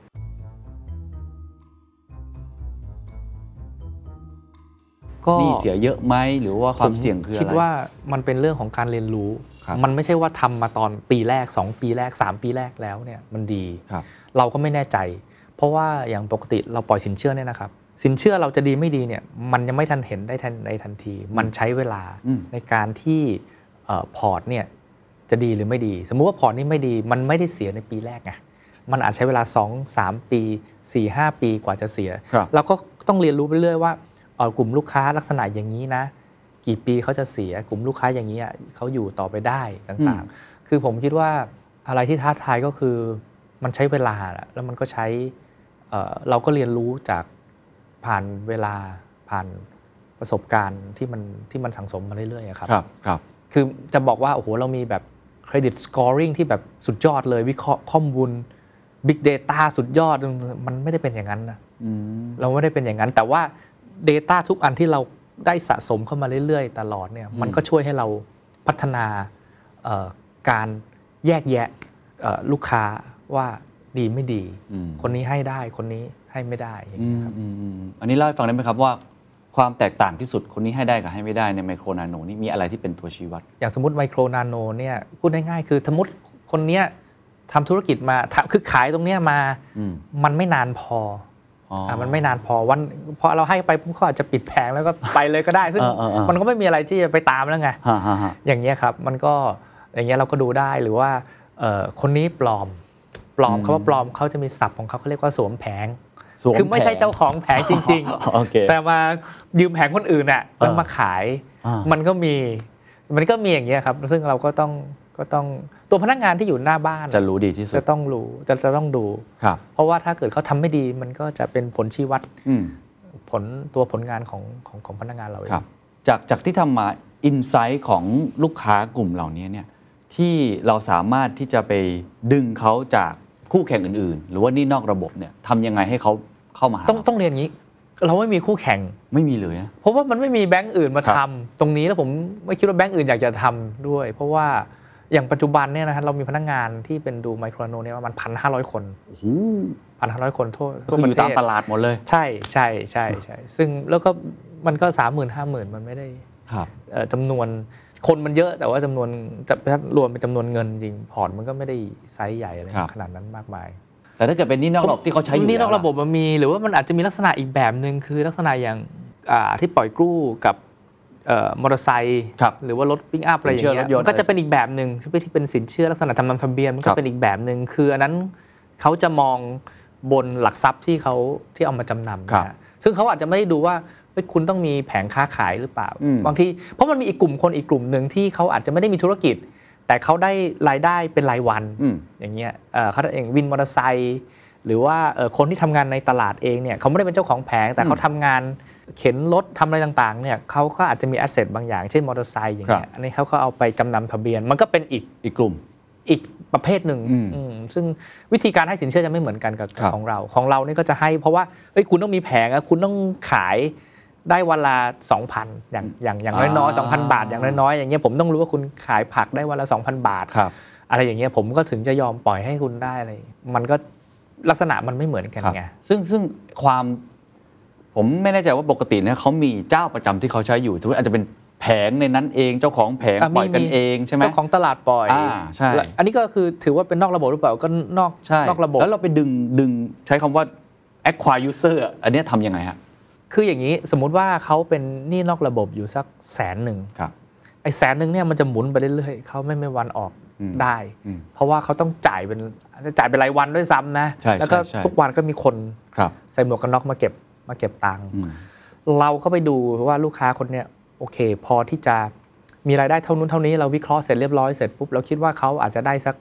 ก็นี่เสียเยอะไหมหรือว่าความเสี่ยงคืออะไรคิดว่ามันเป็นเรื่องของการเรียนรู้มันไม่ใช่ว่าทำมาตอนปีแรก2ปีแรก3ปีแรกแล้วเนี่ยมันดีเราก็ไม่แน่ใจเพราะว่าอย่างปกติเราปล่อยสินเชื่อเนี่ยนะครับสินเชื่อเราจะดีไม่ดีเนี่ยมันยังไม่ทันเห็นได้ในทันทีมันใช้เวลาในการที่พอร์ตเนี่ยจะดีหรือไม่ดีสมมุติว่าพอร์ตนี่ไม่ดีมันไม่ได้เสียในปีแรกไงมันอาจใช้เวลา 2-3 ปี 4-5 ปีกว่าจะเสียเราก็ต้องเรียนรู้ไปเรื่อยว่ากลุ่มลูกค้าลักษณะอย่างนี้นะกี่ปีเขาจะเสียกลุ่มลูกค้าอย่างนี้เขาอยู่ต่อไปได้ต่างๆคือผมคิดว่าอะไรที่ท้าทายก็คือมันใช้เวลาแล้วมันก็ใช้เราก็เรียนรู้จากผ่านเวลาผ่านประสบการณ์ที่มันสั่งสมมาเรื่อยๆครับครับคือจะบอกว่าโอ้โหเรามีแบบเครดิตสกอร์ริ่งที่แบบสุดยอดเลยวิเคราะห์ข้อมูล Big Data สุดยอดมันไม่ได้เป็นอย่างนั้นนะเราไม่ได้เป็นอย่างนั้นแต่ว่า Data ทุกอันที่เราได้สะสมเข้ามาเรื่อยๆตลอดเนี่ยมันก็ช่วยให้เราพัฒนาการแยกแยะลูกค้าว่าดีไม่ดีคนนี้ให้ได้คนนี้ให้ไม่ได้อย่างนี้ครับอันนี้เล่าให้ฟังได้ไหมครับว่าความแตกต่างที่สุดคนนี้ให้ได้กับให้ไม่ได้ในไมโครนาโนนี่มีอะไรที่เป็นตัวชี้วัดอย่างสมมติไมโครนาโนเนี่ยพูดง่ายๆคือสมมติคนนี้ทำธุรกิจมาคือขายตรงนี้มามันไม่นานพอมันไม่นานพอวันพอเราให้ไปเขาอาจจะปิดแผงแล้วก็ไปเลยก็ได้ซึ่งมันก็ไม่มีอะไรที่จะไปตามแล้วไงอย่างเงี้ยครับมันก็อย่างเงี้ยเราก็ดูได้หรือว่าคนนี้ปลอมคำว่าปลอมเขาจะมีศัพท์ของเขาเรียกว่าสวมแผงคือไม่ใช่เจ้าของแผงจริงๆแต่มายืมแผงคนอื่นน่ะแล้วมาขายมันก็มีอย่างเงี้ยครับซึ่งเราก็ต้องตัวพนักงานที่อยู่หน้าบ้านจะรู้ดีที่สุดจะต้องรู้จะต้องดูเพราะว่าถ้าเกิดเขาทำไม่ดีมันก็จะเป็นผลชี้วัดผลงานของพนักงานเราเองจากที่ทำมาอินไซต์ของลูกค้ากลุ่มเหล่านี้เนี่ยที่เราสามารถที่จะไปดึงเขาจากคู่แข่งอื่นๆหรือว่านี่นอกระบบเนี่ยทำยังไงให้เขาเข้ามาต้องเรียนอย่างนี้เราไม่มีคู่แข่งไม่มีเลยเพราะว่ามันไม่มีแบงก์อื่นมาทำตรงนี้แล้วผมไม่คิดว่าแบงก์อื่นอยากจะทำด้วยเพราะว่าอย่างปัจจุบันเนี่ยนะฮะเรามีพนักงานที่เป็นดูไมโครนาโนเนี่ยประมาณ 1,500 คนโอ้โห 1,500 คนทั่วประเทศอยู่ตามตลาดหมดเลยใช่ซึ่งแล้วก็มันก็ 30,000-50,000 มันไม่ได้จำนวนคนมันเยอะแต่ว่าจำนวนจะรวมเป็นจำนวนเงินจริงพอร์ตมันก็ไม่ได้ไซส์ใหญ่อะไรขนาดนั้นมากมายแต่ถ้าเกิดเป็นหนี้นอกระบบที่เขาใช้อยู่หนี้นอกระบบมันมีหรือว่ามันอาจจะมีลักษณะอีกแบบนึงคือลักษณะอย่างที่ปล่อยกู้กับมอเตอร์ไซค์หรือว่ารถปิ้งอัพอะไรอย่างเงี้ยมันก็จะเป็นอีกแบบนึงที่เป็นสินเชื่อลักษณะจำนำทะเบียนมันก็เป็นอีกแบบนึงคืออันนั้นเขาจะมองบนหลักทรัพย์ที่เอามาจำนำนะซึ่งเขาอาจจะไม่ได้ดูว่าคุณต้องมีแผงค้าขายหรือเปล่าบางทีเพราะมันมีอีกกลุ่มคนอีกกลุ่มนึงที่เขาอาจจะไม่ได้มีธุรกิจแต่เขาได้รายได้เป็นรายวันอย่างเงี้ยเขาเองวินมอเตอร์ไซค์หรือว่าคนที่ทำงานในตลาดเองเนี่ยเขาไม่ได้เป็นเจ้าของแผงแต่เขาทำงานเข็นรถทำอะไรต่างๆเนี่ยเขาก็อาจจะมีแอสเซทบางอย่างเช่นมอเตอร์ไซค์อย่างเงี้ยอันนี้เขาก็เอาไปจำนำทะเบียนมันก็เป็นอีกกลุ่มอีกประเภทหนึ่งซึ่งวิธีการให้สินเชื่อจะไม่เหมือนกันกับของเรานี่ก็จะให้เพราะว่าคุณต้องมีแผงคุณต้องขายได้วันละ 2,000 อย่างน้อยๆ 2,000 บาทอย่างน้อยๆอย่างเงี้ยผมต้องรู้ว่าคุณขายผักได้วันละ 2,000 บาทอะไรอย่างเงี้ยผมก็ถึงจะยอมปล่อยให้คุณได้อะไรมันก็ลักษณะมันไม่เหมือนกันไงซึ่งความผมไม่แน่ใจว่าปกติเนี่ยเขามีเจ้าประจำที่เขาใช้อยู่ทุกอาจจะเป็นแผงในนั้นเองเจ้าของแผงปล่อยกันเองใช่ไหมเจ้าของตลาดปล่อยใช่อันนี้ก็คือถือว่าเป็นนอกระบบหรือเปล่าก็นอกระบบแล้วเราไปดึงใช้คำว่า acquire user อันนี้ทำยังไงฮะคืออย่างนี้สมมุติว่าเขาเป็นหนี้นอกระบบอยู่สัก100,000ไอ้100,000เนี่ยมันจะหมุนไปเรื่อยๆเขาไม่วันออกได้เพราะว่าเขาต้องจ่ายเป็นรายวันด้วยซ้ำนะแล้วก็ทุกวันก็มีคนใส่หมวกกันน็อกมาเก็บตังค์เราก็ไปดูว่าลูกค้าคนเนี้ยโอเคพอที่จะมีรายได้เท่านู้นเท่านี้เราวิเคราะห์เสร็จเรียบร้อยเสร็จปุ๊บเราคิดว่าเขาอาจจะได้สัก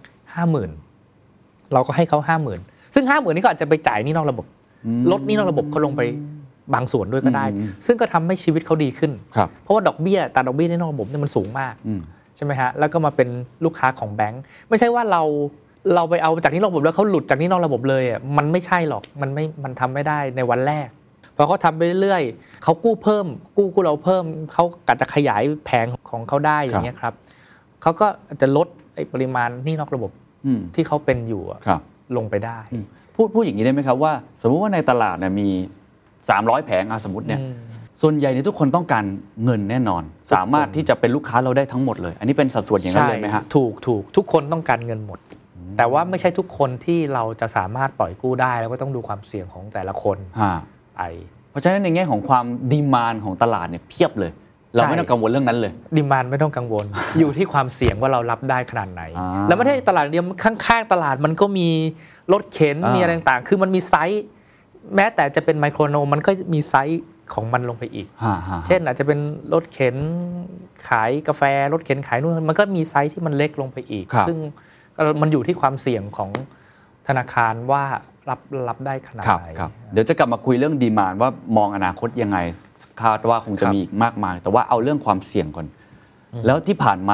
50,000 เราก็ให้เขา 50,000 ซึ่ง 50,000 นี่ก็อาจจะไปจ่ายหนี้นอกระบบลดหนี้นอกระบบเขาลงไปบางส่วนด้วยก็ได้ซึ่งก็ทำให้ชีวิตเขาดีขึ้นเพราะว่าดอกเบี้ยแต่ดอกเบี้ยในนอกระบบเนี่ยมันสูงมากใช่ไหมฮะแล้วก็มาเป็นลูกค้าของแบงก์ไม่ใช่ว่าเราไปเอาจากหนี้นอกระบบแล้วเขาหลุดจากหนี้นอกระบบเลยอ่ะมันไม่ใช่หรอกมันทำไม่ได้ในวันแรกพอเขาทำไปเรื่อยๆเขากู้เพิ่มกู้เราเพิ่มเขาอาจจะขยายแผงของเขาได้อย่างเงี้ยครับเขาก็จะลดไอ้ปริมาณหนี้นอกระบบที่เขาเป็นอยู่ลงไปได้พูดอย่างนี้ได้ไหมครับว่าสมมุติว่าในตลาดเนี่ยมี300แผงสมมุติเนี่ยส่วนใหญ่เนี่ยทุกคนต้องการเงินแน่นอนสามารถที่จะเป็นลูกค้าเราได้ทั้งหมดเลยอันนี้เป็นสัดส่วนอย่างนั้นเลยไหมฮะถูกทุกคนต้องการเงินหมดแต่ว่าไม่ใช่ทุกคนที่เราจะสามารถปล่อยกู้ได้แล้วก็ต้องดูความเสี่ยงของแต่ละคนไปเพราะฉะนั้นในแง่ของความดีมานด์ของตลาดเนี่ยเพียบเลยเราไม่ต้องกังวลเรื่องนั้นเลยดีมานด์ไม่ต้องกังวล อยู่ที่ความเสี่ยงว่าเรารับได้ขนาดไหนแล้วไม่ใช่ตลาดเดียวข้างๆตลาดมันก็มีรถเข็นมีอะไรต่างๆคือมันมีไซส์แม้แต่จะเป็นไมโครโนมันก็มีไซส์ของมันลงไปอีกเช่นอาจจะเป็นรถเข็นขายกาแฟรถเข็นขายนู่นมันก็มีไซส์ที่มันเล็กลงไปอีกซึ่งมันอยู่ที่ความเสี่ยงของธนาคารว่ารับได้ขนาดไหนเดี๋ยวจะกลับมาคุยเรื่องดีมานด์ว่ามองอนาคตยังไงคาดว่าคงจะมีอีกมากมายแต่ว่าเอาเรื่องความเสี่ยงก่อนแล้วที่ผ่านมา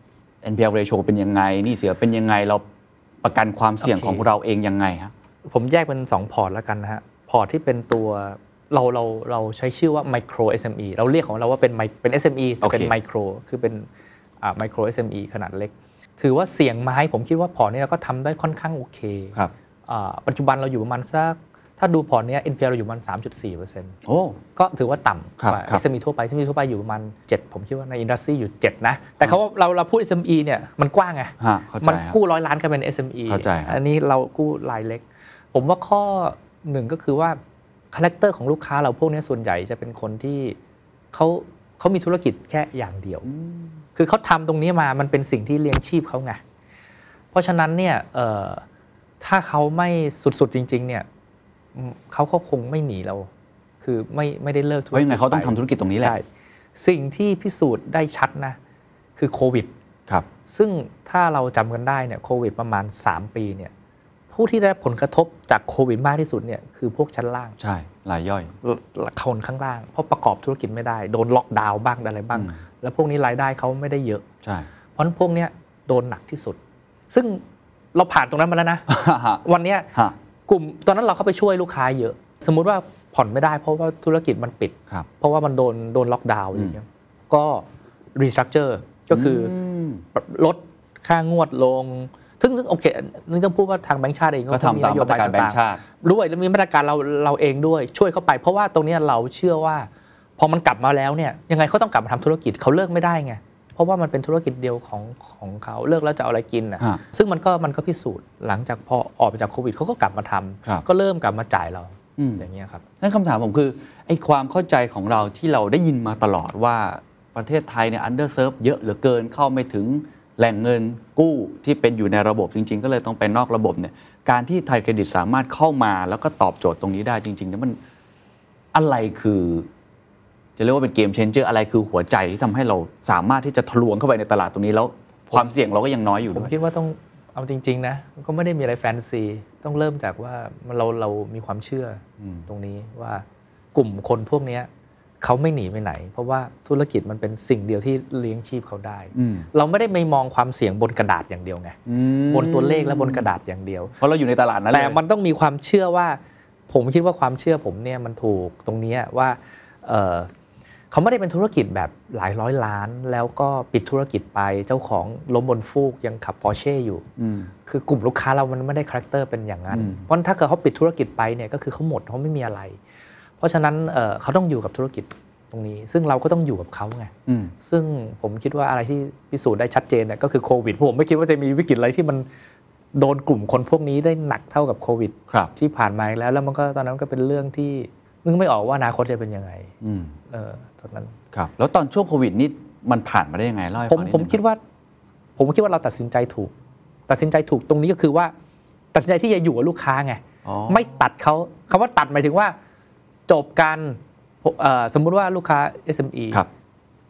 NPL ratio เป็นยังไงหนี้เสียเป็นยังไงเราประกันความเสี่ยงของเราเองยังไงครับผมแยกเป็น2พอร์ตแล้วกันนะฮะพอร์ตที่เป็นตัวเราใช้ชื่อว่า micro SME เราเรียกของเราว่าเป็น SME แต่เป็น micro คือเป็นmicro SME ขนาดเล็กถือว่าเสี่ยงไหมผมคิดว่าพอร์ตนี้เราก็ทำได้ค่อนข้างโอเคปัจจุบันเราอยู่ประมาณสักถ้าดูพอร์ตนี้ NPL เราอยู่ประมาณ 3.4% โอ้ก็ถือว่าต่ำกว่า SME ทั่วไป SME ทั่วไปอยู่ประมาณ7ผมคิดว่าในอินดัสทรีอยู่7นะแต่เขาว่าเราพูด SME เนี่ยมันกว้างไงมันกู้100ล้านก็เป็น SME อันนี้เรากู้รายเล็กผมว่าข้อหนึ่งก็คือว่าคาแรคเตอร์ของลูกค้าเราพวกนี้ส่วนใหญ่จะเป็นคนที่เขามีธุรกิจแค่อย่างเดียวคือเขาทำตรงนี้มามันเป็นสิ่งที่เลี้ยงชีพเขาไงเพราะฉะนั้นเนี่ยถ้าเขาไม่สุดๆจริงๆเนี่ยเขาก็คงไม่หนีเราคือไม่ได้เลิกธุรกิจเพราะยังไงเขาต้องทำธุรกิจตรงนี้แหละใช่สิ่งที่พิสูจน์ได้ชัดนะคือโควิดครับซึ่งถ้าเราจำกันได้เนี่ยโควิดประมาณ3ปีเนี่ยผู้ที่ได้ผลกระทบจากโควิดมากที่สุดเนี่ยคือพวกชั้นล่างใช่รายย่อยคนข้างล่างเพราะประกอบธุรกิจไม่ได้โดนล็อกดาวน์บ้างอะไรบ้างแล้วพวกนี้รายได้เขาไม่ได้เยอะใช่เพราะพวกนี้โดนหนักที่สุดซึ่งเราผ่านตรงนั้นมาแล้วนะ วันนี้กลุ่มตอนนั้นเราเข้าไปช่วยลูกค้าเยอะสมมุติว่าผ่อนไม่ได้เพราะว่าธุรกิจมันปิดเพราะว่ามันโดนล็อกดาวน์อย่างเงี้ยก็รีสตรัคเจอร์ก็คือลดค่างวดลงซึ่งโอเคนี่ต้องพูดว่าทางแบงก์ชาติเองก็ทำตามมาตรการแบงก์ชาติด้วยแล้วมีมาตรการเราเองด้วยช่วยเข้าไปเพราะว่าตรงนี้เราเชื่อว่าพอมันกลับมาแล้วเนี่ยยังไงเขาต้องกลับมาทำธุรกิจเขาเลิกไม่ได้ไงเพราะว่ามันเป็นธุรกิจเดียวของเขาเลิกแล้วจะเอาอะไรกินซึ่งมันก็พิสูจน์หลังจากพอออกจากโควิดเขาก็กลับมาทำก็เริ่มกลับมาจ่ายเราอย่างเงี้ยครับนั่นคำถามผมคือไอ้ความเข้าใจของเราที่เราได้ยินมาตลอดว่าประเทศไทยเนี่ยอันเดอร์เซิร์ฟเยอะเหลือเกินเข้าไม่ถึงแหล่งเงินกู้ที่เป็นอยู่ในระบบจริงๆก็เลยต้องไปนอกระบบเนี่ยการที่ไทยเครดิตสามารถเข้ามาแล้วก็ตอบโจทย์ตรงนี้ได้จริงๆเนี่ยมันอะไรคือจะเรียกว่าเป็นเกมเชนเจอร์อะไรคือหัวใจที่ทำให้เราสามารถที่จะทะลวงเข้าไปในตลาดตรงนี้แล้วความเสี่ยงเราก็ยังน้อยอยู่ด้วยผมคิดว่าต้องเอาจริงๆนะก็ไม่ได้มีอะไรแฟนซีต้องเริ่มจากว่าเรามีความเชื่อตรงนี้ว่ากลุ่มคนพวกนี้เขาไม่หนีไปไหนเพราะว่าธุรกิจมันเป็นสิ่งเดียวที่เลี้ยงชีพเขาได้เราไม่ได้ไม่มองความเสี่ยงบนกระดาษอย่างเดียวไงบนตัวเลขและบนกระดาษอย่างเดียวเพราะเราอยู่ในตลาดนั้นแต่มันต้องมีความเชื่อว่าผมคิดว่าความเชื่อผมเนี่ยมันถูกตรงนี้ว่าเขาไม่ได้เป็นธุรกิจแบบหลายร้อยล้านแล้วก็ปิดธุรกิจไปเจ้าของล้มบนฟูกยังขับ Porsche อยู่คือกลุ่มลูกค้าเรามันไม่ได้คาแรคเตอร์เป็นอย่างนั้นเพราะถ้าเกิดเขาปิดธุรกิจไปเนี่ยก็คือเขาหมดเขาไม่มีอะไรเพราะฉะนั้นเขาต้องอยู่กับธุรกิจตรงนี้ซึ่งเราก็ต้องอยู่กับเขาไงซึ่งผมคิดว่าอะไรที่พิสูจน์ได้ชัดเจนเนี่ยก็คือโควิดผมไม่คิดว่าจะมีวิกฤตอะไรที่มันโดนกลุ่มคนพวกนี้ได้หนักเท่ากับโควิดที่ผ่านมาแล้วมันก็ตอนนั้นก็เป็นเรื่องที่นึกไม่ออกว่าอนาคตจะเป็นยังไงตอนนั้นครับแล้วตอนช่วงโควิดนี่มันผ่านมาได้ยังไงเล่าให้ฟังนิดนึงผมคิดว่าเราตัดสินใจถูกตรงนี้ก็คือว่าตัดสินใจที่จะอยู่กับลูกค้าไงไม่ตัดเขาคำว่าตัดหมายถึงว่าจบกันสมมุติว่าลูกค้า SME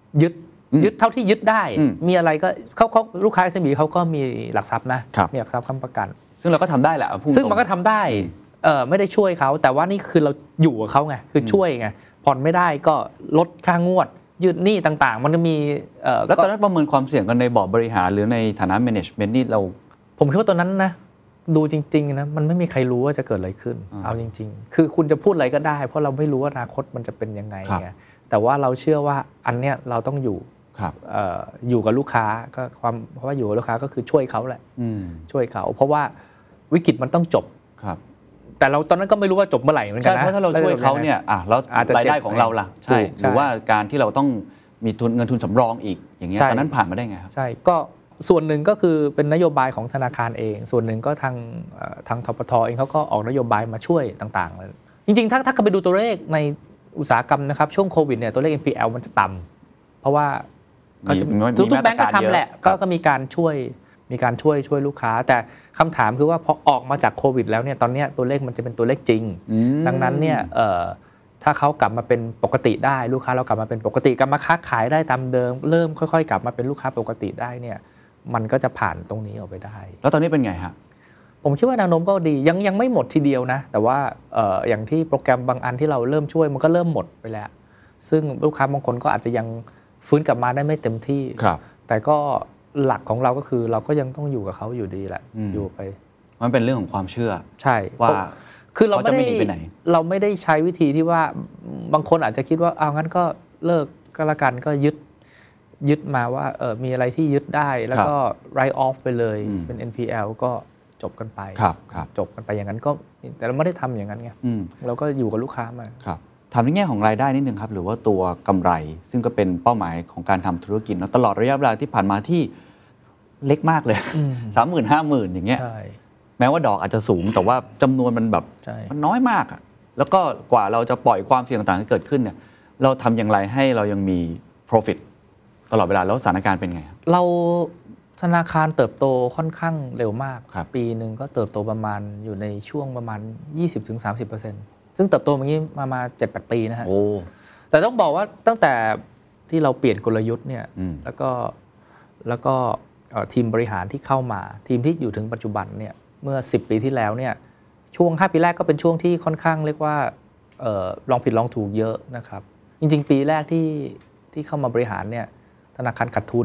ยึดเท่าที่ยึดได้มีอะไรก็เขาลูกค้า SME เขาก็มีหลักทรัพย์นะมีหลักทรัพย์ค้ำประกันซึ่งเราก็ทำได้แหละซึ่งมันก็ทำได้ไม่ได้ช่วยเขาแต่ว่านี่คือเราอยู่กับเขาไงคือช่วยไงผ่อนไม่ได้ก็ลดค่างวดยืดหนี้ต่างๆมันจะมีแล้วตอนนั้นประเมินความเสี่ยงกันในบอร์ดบริหารหรือในฐานะ management นี่ผมคิดว่าตอนนั้นนะดูจริงๆนะมันไม่มีใครรู้ว่าจะเกิดอะไรขึ้นเอาจริงๆคือคุณจะพูดอะไรก็ได้เพราะเราไม่รู้ว่าอนาคตมันจะเป็นยังไงไงแต่ว่าเราเชื่อว่าอันเนี้ยเราต้องอยู่กับลูกค้าก็เพราะว่าอยู่กับลูกค้าก็คือช่วยเขาแหละช่วยเขาเพราะว่าวิกฤตมันต้องจบแต่เราตอนนั้นก็ไม่รู้ว่าจบเมื่อไหร่เหมือนกันนะเพราะถ้าเราช่วยเขาเนี่ยแล้วรายได้ของเราล่ะใช่หรือว่าการที่เราต้องมีเงินทุนสำรองอีกอย่างเงี้ยตอนนั้นผ่านมาได้ไงครับใช่ก็ส่วนหนึ่งก็คือเป็นนโยบายของธนาคารเองส่วนหนึ่งก็ทางธปท.เองเขาก็ออกนโยบายมาช่วยต่างๆเลยจริงๆถ้าไปดูตัวเลขในอุตสาหกรรมนะครับช่วงโควิดเนี่ยตัวเลข NPL มันจะต่ำเพราะว่าทุกแบงก์ก็ทำแหละก็มีการช่วยลูกค้าแต่คำถามคือว่าพอออกมาจากโควิดแล้วเนี่ยตอนนี้ตัวเลขมันจะเป็นตัวเลขจริงดังนั้นเนี่ยถ้าเขากลับมาเป็นปกติได้ลูกค้าเรากลับมาเป็นปกติกลับมาค้าขายได้ตามเดิมเริ่มค่อยๆกลับมาเป็นลูกค้าปกติได้เนี่ยมันก็จะผ่านตรงนี้ออกไปได้แล้วตอนนี้เป็นไงฮะผมคิดว่าแนวโน้มก็ดียังไม่หมดทีเดียวนะแต่ว่าอย่างที่โปรแกรมบางอันที่เราเริ่มช่วยมันก็เริ่มหมดไปแล้วซึ่งลูกค้าบางคนก็อาจจะยังฟื้นกลับมาได้ไม่เต็มที่แต่ก็หลักของเราก็คือเราก็ยังต้องอยู่กับเขาอยู่ดีแหละอยู่ไปมันเป็นเรื่องของความเชื่อใช่ว่าคือเราไม่ได้ใช้วิธีที่ว่าบางคนอาจจะคิดว่าเอางั้นก็เลิกก็แล้วกันก็ยึดมาว่ามีอะไรที่ยึดได้แล้วก็ write off ไปเลยเป็น NPL ก็จบกันไปจบกันไปอย่างนั้นก็แต่เราไม่ได้ทำอย่างนั้นไงเราก็อยู่กับลูกค้ามาถามในแง่ของรายได้นิดนึงครับหรือว่าตัวกำไรซึ่งก็เป็นเป้าหมายของการทำธุรกิจตลอดระยะเวลาที่ผ่านมาที่เล็กมากเลย 30,000 50,000 อย่างเงี้ยแม้ว่าดอกอาจจะสูงแต่ว่าจำนวนมันแบบมันน้อยมากอ่ะแล้วก็กว่าเราจะปล่อยความเสี่ยงต่างๆที่เกิดขึ้นเนี่ยเราทำอย่างไรให้เรายังมี profit ตลอดเวลาแล้วสถานการณ์เป็นไงเราธนาคารเติบโตค่อนข้างเร็วมากปีนึงก็เติบโตประมาณอยู่ในช่วงประมาณ 20-30%ซึ่งเติบโตอย่างนี้มา 7-8 ปีนะฮะแต่ต้องบอกว่าตั้งแต่ที่เราเปลี่ยนกลยุทธ์เนี่ยแล้วก็ทีมบริหารที่เข้ามาทีมที่อยู่ถึงปัจจุบันเนี่ยเมื่อ10 ปีที่แล้วเนี่ยช่วง5 ปีแรกก็เป็นช่วงที่ค่อนข้างเรียกว่าลองผิดลองถูกเยอะนะครับจริงๆปีแรกที่เข้ามาบริหารเนี่ยธนาคารขาดทุน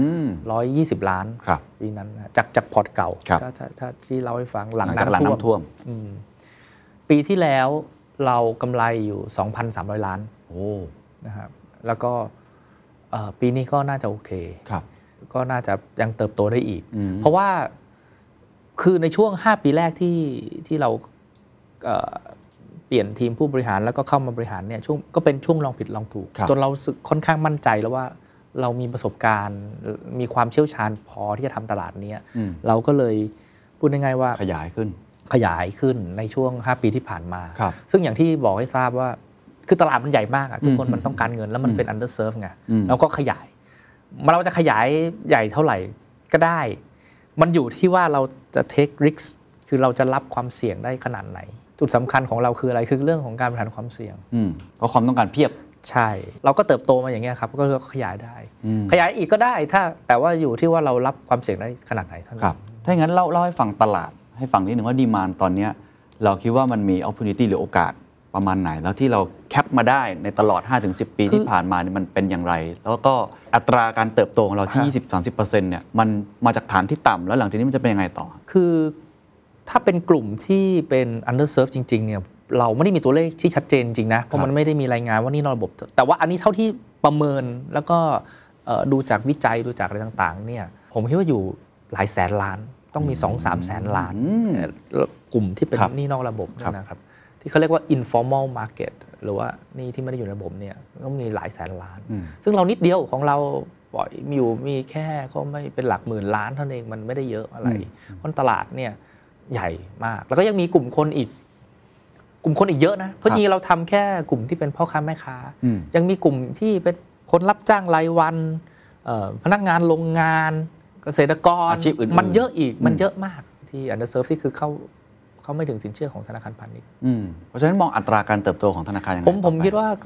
120 ล้านปีนั้นจากพอร์ตเก่าถ้าที่เล่าให้ฟังหลังน้ำท่วมปีที่แล้วเรากำไรอยู่ 2,300 ล้านนะครับแล้วก็ปีนี้ก็น่าจะโอเคก็น่าจะยังเติบโตได้อีกเพราะว่าคือในช่วง5 ปีแรกที่เราเปลี่ยนทีมผู้บริหารแล้วก็เข้ามาบริหารเนี่ยก็เป็นช่วงลองผิดลองถูกจนเราสึกค่อนข้างมั่นใจแล้วว่าเรามีประสบการณ์มีความเชี่ยวชาญพอที่จะทำตลาดนี้เราก็เลยพูดง่ายๆว่าขยายขึ้นในช่วง5 ปีที่ผ่านมาซึ่งอย่างที่บอกให้ทราบว่าคือตลาดมันใหญ่มากทุกคนมันต้องการเงินแล้วมันเป็น underserve ไงเราก็ขยายเราจะขยายใหญ่เท่าไหร่ก็ได้มันอยู่ที่ว่าเราจะ take risk คือเราจะรับความเสี่ยงได้ขนาดไหนจุดสำคัญของเราคืออะไรคือเรื่องของการบริหารความเสี่ยงเพราะความต้องการเพียบใช่เราก็เติบโตมาอย่างเงี้ยครับก็ขยายได้ขยายอีกก็ได้แต่ว่าอยู่ที่ว่าเรารับความเสี่ยงได้ขนาดไหนเท่านั้นถ้าอย่างนั้นเล่าให้ฟังตลาดให้ฟังนิดนึงว่าดีมานด์ตอนนี้เราคิดว่ามันมี opportunity หรือโอกาสประมาณไหนแล้วที่เราแคปมาได้ในตลอด 5-10 ปีที่ผ่านมานี่มันเป็นอย่างไรแล้วก็อัตราการเติบโตของเราที่ 20-30% เนี่ยมันมาจากฐานที่ต่ำแล้วหลังจากนี้มันจะเป็นยังไงต่อคือถ้าเป็นกลุ่มที่เป็น underserved จริงๆเนี่ยเราไม่ได้มีตัวเลขที่ชัดเจนจริงนะเพราะมันไม่ได้มีรายงานว่านี่นอกระบบแต่ว่าอันนี้เท่าที่ประเมินแล้วก็ดูจากวิจัยดูจากอะไรต่างๆเนี่ยผมคิดว่าอยู่หลายแสนล้านต้องมี 2-3 แสนล้านกลุ่มที่เป็นหนี้นอกระบบนะครับที่เขาเรียกว่า informal market หรือว่านี่ที่ไม่ได้อยู่ในระบบเนี่ยต้องมีหลายแสนล้านซึ่งเรานิดเดียวของเราปล่อยมีแค่ก็ไม่เป็นหลักหมื่นล้านเท่านั้นเองมันไม่ได้เยอะอะไรเพราะตลาดเนี่ยใหญ่มากแล้วก็ยังมีกลุ่มคนอีกเยอะนะเพราะจริงเราทำแค่กลุ่มที่เป็นพ่อค้าแม่ค้ายังมีกลุ่มที่เป็นคนรับจ้างรายวันพนักงานโรงงานเกษตรกรอาชีพอื่นมันเยอะอีกมันเยอะมากที่ underserved ที่คือเขาไม่ถึงสินเชื่อของธนาคารพาณิชย์เพราะฉะนั้นมองอัตราการเติบโตของธนาคารยังไงผมคิดว่าก็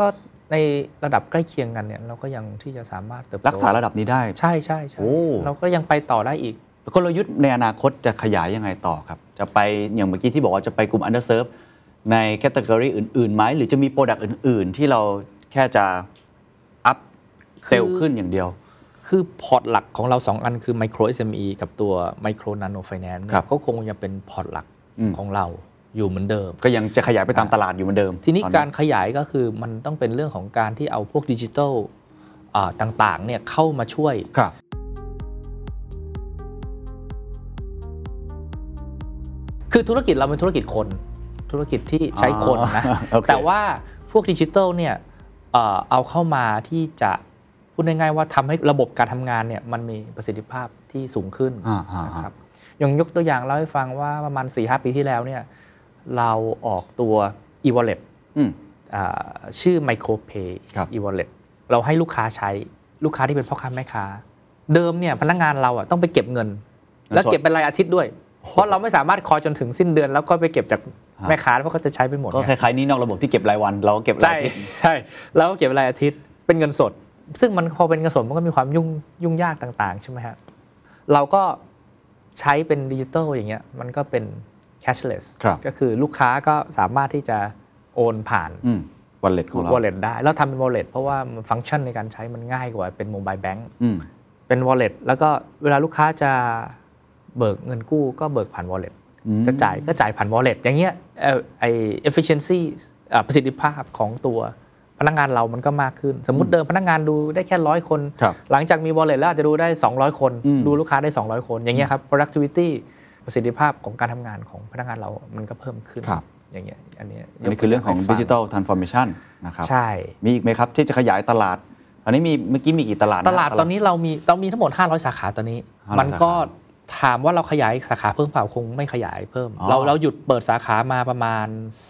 ในระดับใกล้เคียงกันเนี่ยเราก็ยังที่จะสามารถเติบโตรักษาระดับนี้ได้ใช่ใช่ใช่โอ้เราก็ยังไปต่อได้อีกแล้วกลยุทธ์ในอนาคตจะขยายยังไงต่อครับจะไปอย่างเมื่อกี้ที่บอกว่าจะไปกลุ่ม underserved ในแคตตากรีอื่นๆไหมหรือจะมีโปรดักต์อื่นๆ ที่เราแค่จะอัพเซลล์ขึ้นอย่างเดียวคือพอร์ตหลักของเรา2อันคือ Micro SME กับตัว Micro Nano Finance เนี่ยก็คงจะเป็นพอร์ตหลักของเราอยู่เหมือนเดิมก็ยังจะขยายไปตามตลาดอยู่เหมือนเดิมทีนี้การขยายก็คือมันต้องเป็นเรื่องของการที่เอาพวกดิจิทัลต่างๆเนี่ยเข้ามาช่วยครับคือธุรกิจเราเป็นธุรกิจคนธุรกิจที่ใช้คนนะ แต่ว่าพวกดิจิทัลเนี่ยเอาเข้ามาที่จะพูดง่ายๆว่าทำให้ระบบการทำงานเนี่ยมันมีประสิทธิภาพที่สูงขึ้นนะครับอย่างยกตัวอย่างเล่าให้ฟังว่าประมาณ 4-5 ปีที่แล้วเนี่ยเราออกตัว e-wallet ชื่อ MicroPay e-wallet เราให้ลูกค้าใช้ลูกค้าที่เป็นพ่อค้าแม่ค้าเดิมเนี่ยพนักงานเราต้องไปเก็บเงินแล้วเก็บเป็นรายอาทิตย์ด้วยเพราะเราไม่สามารถคอยจนถึงสิ้นเดือนแล้วก็ไปเก็บจากแม่ค้าเพราะเขาจะใช้ไปหมดก็คล้ายๆนี่นอกระบบที่เก็บรายวันเราก็เก็บรายอาทิตย์ใช่แล้วก็เก็บรายอาทิตย์เป็นเงินสดซึ่งมันพอเป็นเงินสดมันก็มีความยุ่งยากต่างๆใช่ไหมฮะเราก็ใช้เป็นดิจิทัลอย่างเงี้ยมันก็เป็น cashless ก็คือลูกค้าก็สามารถที่จะโอนผ่าน wallet ของเรา wallet ได้แล้วทำเป็น wallet เพราะว่าฟังก์ชันในการใช้มันง่ายกว่าเป็น mobile bank เป็น wallet แล้วก็เวลาลูกค้าจะเบิกเงินกู้ก็เบิกผ่าน wallet จะจ่ายก็จ่ายผ่าน wallet อย่างเงี้ยefficiency ประสิทธิภาพของตัวพนักงานเรามันก็มากขึ้นสมมุติเดิมพนักงานดูได้แค่100 คนหลังจากมี wallet แล้วอาจจะดูได้200 คนดูลูกค้าได้200 คนอย่างเงี้ยครับ productivity ประสิทธิภาพของการทำงานของพนักงานเรามันก็เพิ่มขึ้นอย่างเงี้ยอันนี้คือเรื่องของ digital transformation นะครับใช่มีอีกไหมครับที่จะขยายตลาดตอนนี้มีเมื่อกี้มีกี่ตลาดตอนนี้เรามีทั้งหมด500สาขาตอนนี้มันก็ถามว่าเราขยายสาขาเพิ่มเปล่าคงไม่ขยายเพิ่มเราหยุดเปิดสาขามาประมาณ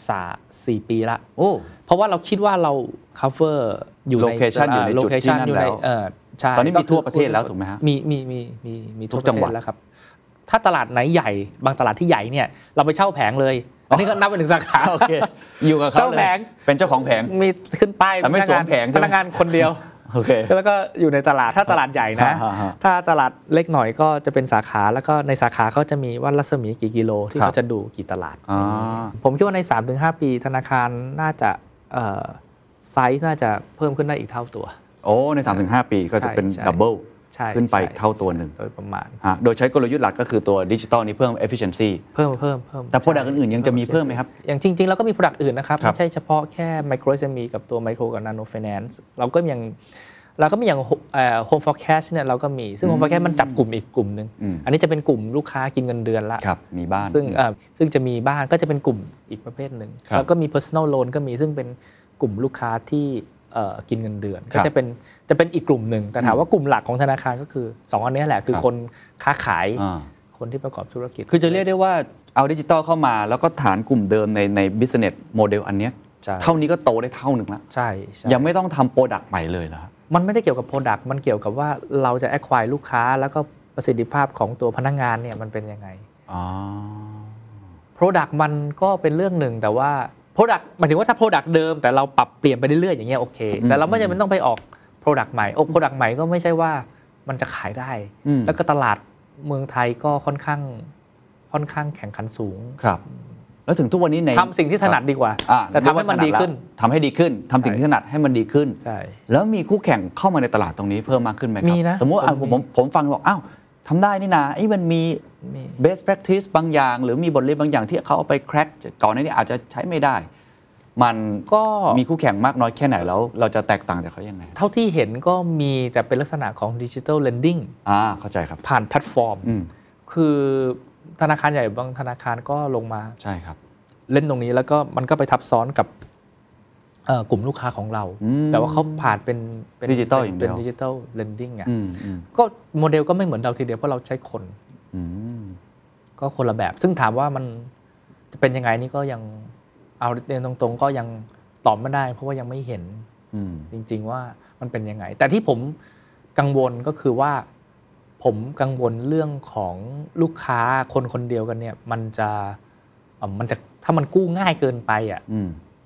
4 ปีละเพราะว่าเราคิดว่าเรา cover อยู่ใน location อยู่ในจุดที่นั่นแล้วตอนนี้มีทั่วประเทศแล้วถูกไหมฮะมีทุกจังหวัดแล้วครับถ้าตลาดไหนใหญ่บางตลาดที่ใหญ่เนี่ยเราไปเช่าแผงเลยอันนี้ก็นับเป็น1สาขาอยู่กับเขาเลยเป็นเจ้าของแผงมีขึ้นป้ายแต่ไม่สวมแผงพนักงานคนเดียวแล้วก็อยู่ในตลาดถ้าตลาดใหญ่นะถ้าตลาดเล็กหน่อยก็จะเป็นสาขาแล้วก็ในสาขาเขาจะมีว่ารัศมีกี่กิโลที่เขาจะดูกี่ตลาดผมคิดว่าใน 3-5 ปีธนาคารน่าจะไซส์น่าจะเพิ่มขึ้นได้อีกเท่าตัวใน 3-5 ปีก็จะเป็นดับเบิลขึ้นไปเท่าตัวหนึ่งโดยประมาณโดยใช้กลยุทธ์หลักก็คือตัวดิจิตอลนี้เพิ่ม efficiency เพิ่มแต่ product อื่นๆยังจะมีเพิ่มไหมครับอย่างจริงๆแล้วก็มี product อื่นนะครับไม่ใช่เฉพาะแค่ micro SME กับตัว micro กับ nano finance เราก็มีอย่าง home forecast เนี่ยเราก็มีซึ่ง home forecast มันจับกลุ่มอีกกลุ่มนึงอันนี้จะเป็นกลุ่มลูกค้ากินเงินเดือนละมีบ้านซึ่งจะมีบ้านก็จะเป็นกลุ่มอีกประเภทนึงแล้วก็มี personal loan ก็มีซึ่งเป็นกลุ่มลูกค้าที่กินเงินเดือนก็จะเป็นอีกกลุ่มหนึ่งแต่ถามว่ากลุ่มหลักของธนาคารก็คือ2อันนี้แหละคือคนค้าขายคนที่ประกอบธุรกิจคือจะเรียกได้ว่าเอาดิจิตอลเข้ามาแล้วก็ฐานกลุ่มเดิมใน business model อันนี้เท่านี้ก็โตได้เท่านึงแล้วใช่ยังไม่ต้องทำโปรดักต์ใหม่เลยเหรอมันไม่ได้เกี่ยวกับโปรดักต์มันเกี่ยวกับว่าเราจะ acquire ลูกค้าแล้วก็ประสิทธิภาพของตัวพนักงานเนี่ยมันเป็นยังไงโปรดักต์มันก็เป็นเรื่องหนึ่งแต่ว่าproduct หมายถึงว่าถ้า product เดิมแต่เราปรับเปลี่ยนไปเรื่อยๆอย่างเงี้ยโอเคแต่เราไม่จำเป็นต้องไปออก product ใหม่product ใหม่ก็ไม่ใช่ว่ามันจะขายได้แล้วก็ตลาดเมืองไทยก็ค่อนข้างแข่งขันสูงครับแล้วถึงทุกวันนี้ในทำสิ่งที่ถนัดดีกว่าแต่ทำให้มันดีขึ้นทำให้ดีขึ้นทำสิ่งที่ถนัดให้มันดีขึ้นใช่แล้วมีคู่แข่งเข้ามาในตลาดตรงนี้เพิ่มมากขึ้นไหมครับสมมติผมฟังบอกอ้าวทำได้นี่นะมันมี best practice บางอย่างหรือมีบทเรียนบางอย่างที่เขาเอาไป crack ก่อนหน้านี้อาจจะใช้ไม่ได้มันก็มีคู่แข่งมากน้อยแค่ไหนแล้วเราจะแตกต่างจากเขายังไงเท่าที่เห็นก็มีแต่เป็นลักษณะของ digital lending เข้าใจครับผ่านแพลตฟอร์มคือธนาคารใหญ่บางธนาคารก็ลงมาใช่ครับเล่นตรงนี้แล้วก็มันก็ไปทับซ้อนกับกลุ่มลูกค้าของเราแต่ว่าเขาผ่านเป็นดิจิตอลอย่างเดียวเป็นดิจิตอลเลนดิ้งก็โมเดลก็ไม่เหมือนเราทีเดียวเพราะเราใช้คนก็คนละแบบซึ่งถามว่ามันจะเป็นยังไงนี่ก็ยังเอาเรียนตรงๆก็ยังตอบไม่ได้เพราะว่ายังไม่เห็นจริงๆว่ามันเป็นยังไงแต่ที่ผมกังวลก็คือว่าผมกังวลเรื่องของลูกค้าคนเดียวกันเนี่ยมันจะถ้ามันกู้ง่ายเกินไป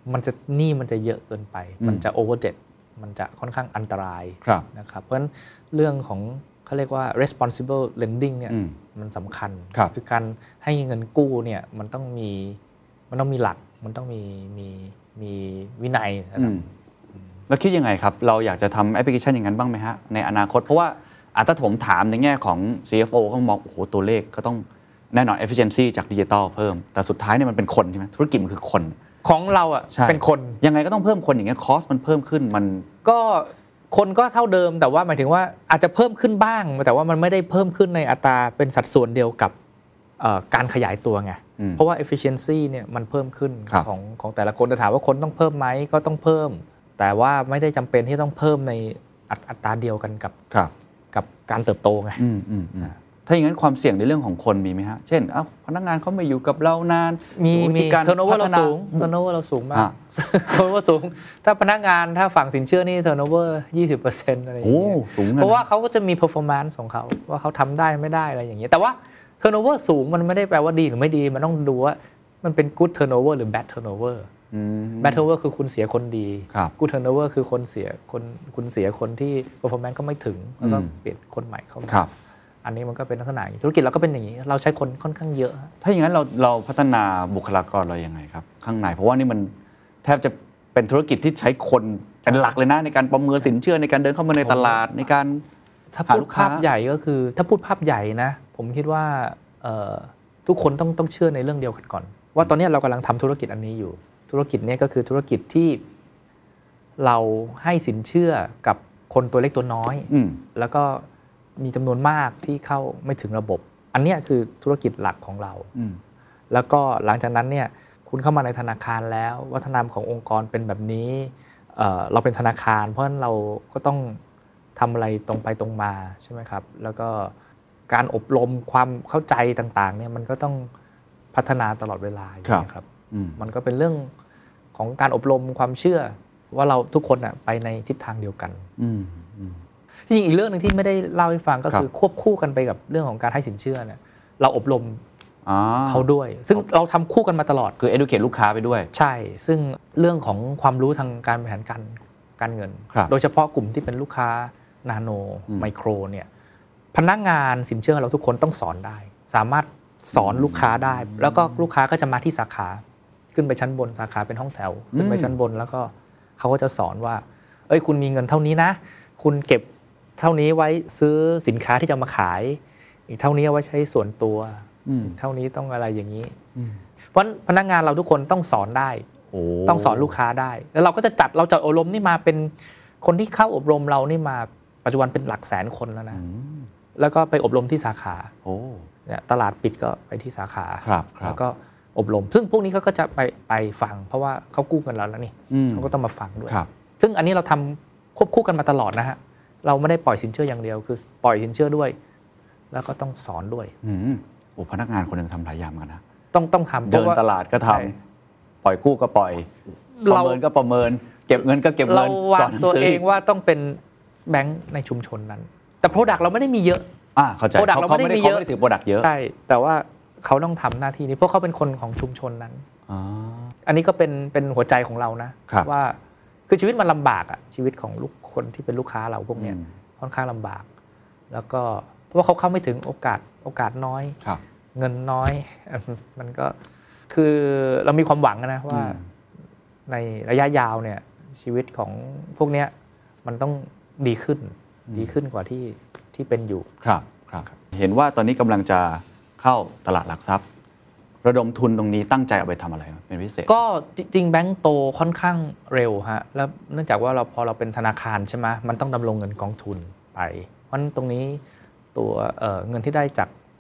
มันจะเยอะเกินไปมันจะ overdebt มันจะค่อนข้างอันตรายนะครับเพราะฉะนั้นเรื่องของเขาเรียกว่า responsible lending เนี่ยมันสำคัญคือการให้เงินกู้เนี่ยมันต้องมีหลักมันต้องมีวินัยนะครับแล้วคิดยังไงครับเราอยากจะทำแอปพลิเคชันอย่างนั้นบ้างไหมฮะในอนาคตเพราะว่าถ้าผมถามในแง่ของ CFO ก็มองโอ้โหตัวเลขก็ต้องแน่นอน efficiency จากดิจิตอลเพิ่มแต่สุดท้ายเนี่ยมันเป็นคนใช่ไหมธุรกิจมันคือคนของเราอ่ะเป็นคนยังไงก็ต้องเพิ่มคนอย่างเงี้ยคอสมันเพิ่มขึ้นมันก็คนก็เท่าเดิมแต่ว่าหมายถึงว่าอาจจะเพิ่มขึ้นบ้างแต่ว่ามันไม่ได้เพิ่มขึ้นในอัตราเป็นสัดส่วนเดียวกับการขยายตัวไงเพราะว่า efficiency เนี่ยมันเพิ่มขึ้นของแต่ละคนแต่ถามว่าคนต้องเพิ่มไหมก็ต้องเพิ่มแต่ว่าไม่ได้จำเป็นที่ต้องเพิ่มในอัตราเดียวกันกับการเติบโตไงถ้าอย่างนั้นความเสี่ยงในเรื่องของคนมีไหมฮะเช่นพนักงานเขาไม่อยู่กับเรานานมีการ turnover เราสูง turnover เราสูงมาก turnover สูงถ้าพนักงานถ้าฝั่งสินเชื่อนี่ turnover 20% อะไรอย่างเงี้ยเพราะว่าเขาก็จะมี performance ของเขาว่าเขาทำได้ไม่ได้อะไรอย่างเงี้ยแต่ว่า turnover สูงมันไม่ได้แปลว่าดีหรือไม่ดีมันต้องดูว่ามันเป็น good turnover หรือ bad turnover bad turnover คือคุณเสียคนดี good turnover คือคุณเสียคนที่ performance ก็ไม่ถึงแล้วก็เปลี่ยนคนใหม่เข้ามาอันนี้มันก็เป็นลักษณะธุรกิจเราก็เป็นอย่างนี้เราใช้คนค่อนข้างเยอะถ้าอย่างนั้นเราพัฒนาบุคลากรเรายังไงครับข้างในเพราะว่านี่มันแทบจะเป็นธุรกิจที่ใช้คนเป็นหลักเลยนะในการประเมินสินเชื่อในการเดินเข้ามาในตลาดในการถ้าพูดภาพใหญ่ก็คือถ้าพูดภาพใหญ่นะผมคิดว่าทุกคนต้องเชื่อในเรื่องเดียวกันก่อนว่าตอนนี้เรากำลังทำธุรกิจอันนี้อยู่ธุรกิจนี้ก็คือธุรกิจที่เราให้สินเชื่อกับคนตัวเล็กตัวน้อยแล้วก็มีจำนวนมากที่เข้าไม่ถึงระบบอันนี้คือธุรกิจหลักของเราแล้วก็หลังจากนั้นเนี่ยคุณเข้ามาในธนาคารแล้ววัฒนธรรมขององค์กรเป็นแบบนี้เราเป็นธนาคารเพราะฉะนั้นเราก็ต้องทำอะไรตรงไปตรงมาใช่ไหมครับแล้วก็การอบรมความเข้าใจต่างๆเนี่ยมันก็ต้องพัฒนาตลอดเวลาครับมันก็เป็นเรื่องของการอบรมความเชื่อว่าเราทุกคนไปในทิศทางเดียวกันจริงๆอีกเรื่องนึงที่ไม่ได้เล่าให้ฟังก็คือควบคู่กันไปกับเรื่องของการให้สินเชื่อเนี่ยเราอบรมเขาด้วยซึ่งเราทำคู่กันมาตลอดคือ educate ลูกค้าไปด้วยใช่ซึ่งเรื่องของความรู้ทางการบริหารการเงินโดยเฉพาะกลุ่มที่เป็นลูกค้านาโนไมโครเนี่ยพนักงานสินเชื่อเราทุกคนต้องสอนได้สามารถสอนลูกค้าได้แล้วก็ลูกค้าก็จะมาที่สาขาขึ้นไปชั้นบนสาขาเป็นห้องแถวขึ้นไปชั้นบนแล้วก็เขาก็จะสอนว่าคุณมีเงินเท่านี้นะคุณเก็บเท่านี้ไว้ซื้อสินค้าที่จะมาขายอีกเท่านี้เอาไว้ใช้ส่วนตัวเท่านี้ต้องอะไรอย่างนี้เพราะพนักงานเราทุกคนต้องสอนได้ต้องสอนลูกค้าได้แล้วเราจะอบรมนี่มาเป็นคนที่เข้าอบรมเรานี่มาปัจจุบันเป็นหลักแสนคนแล้วนะแล้วก็ไปอบรมที่สาขาเนี่ยตลาดปิดก็ไปที่สาขาแล้วก็อบรมซึ่งพวกนี้เขาก็จะไปฟังเพราะว่าเขากู้เงินเราแล้วนี่เขาก็ต้องมาฟังด้วยซึ่งอันนี้เราทำควบคู่กันมาตลอดนะฮะเราไม่ได้ปล่อยสินเชื่ออย่างเดียวคือปล่อยสินเชื่อด้วยแล้วก็ต้องสอนด้วยพนักงานคนหนึ่งทำหลายอย่างกันนะต้องทำเดินตลาดก็ทำปล่อยกู้ก็ปล่อยประเมินก็ประเมินเก็บเงินก็เก็บเงินเราวางตัวเองว่าต้องเป็นแบงค์ในชุมชนนั้นแต่ product เราไม่ได้มีเยอะเข้าใจเขาไม่ได้ถือ product เยอะใช่แต่ว่าเขาต้องทำหน้าที่นี้เพราะเขาเป็นคนของชุมชนนั้นอันนี้ก็เป็นหัวใจของเรานะว่าคือชีวิตมันลำบากชีวิตของคนที่เป็นลูกค้าเราพวกนี้ค่อนข้างลำบากแล้วก็เพราะว่าเขาเข้าไม่ถึงโอกาสน้อยเงินน้อยมันก็คือเรามีความหวังนะว่าในระยะยาวเนี่ยชีวิตของพวกนี้มันต้องดีขึ้นกว่าที่เป็นอยู่ครับเห็นว่าตอนนี้กำลังจะเข้าตลาดหลักทรัพย์ระดมทุนตรงนี้ตั้งใจเอาไปทำอะไรเป็นพิเศษก็จริงแบงก์โตค่อนข้างเร็วฮะแล้วเนื่องจากว่าพอเราเป็นธนาคารใช่ไหมมันต้องดำรงเงินกองทุนไปเพราะตรงนี้ตัวเงินที่ได้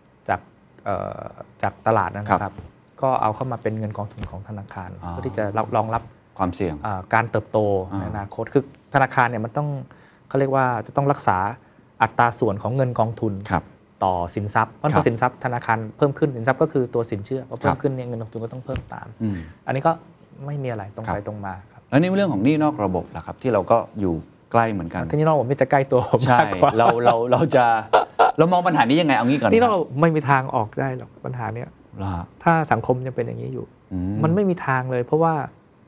จากตลาดนะครับก็เอาเข้ามาเป็นเงินกองทุนของธนาคารเพื่อที่จะรองรับความเสี่ยงการเติบโตในอนาคตคือธนาคารเนี่ยมันต้องเขาเรียกว่าจะต้องรักษาอัตราส่วนของเงินกองทุนต่อสินทรัพย์เพราะพอสินทรัพย์ธนาคารเพิ่มขึ้นสินทรัพย์ก็คือตัวสินเชื่อพอเพิ่มขึ้นเนี่ยเงินลงทุนก็ต้องเพิ่มตามอันนี้ก็ไม่มีอะไรตรงไปตรงมาครับแล้วในเรื่องของหนี้นอกระบบล่ะครับที่เราก็อยู่ใกล้เหมือนกันที่นี่นอกระบบไม่จะใกล้ตัวมากกว่าเรามองปัญหานี้ยังไงเอางี้ก่อนนี่เราไม่มีทางออกได้หรอกปัญหาเนี้ยถ้าสังคมยังเป็นอย่างนี้อยู่มันไม่มีทางเลยเพราะว่า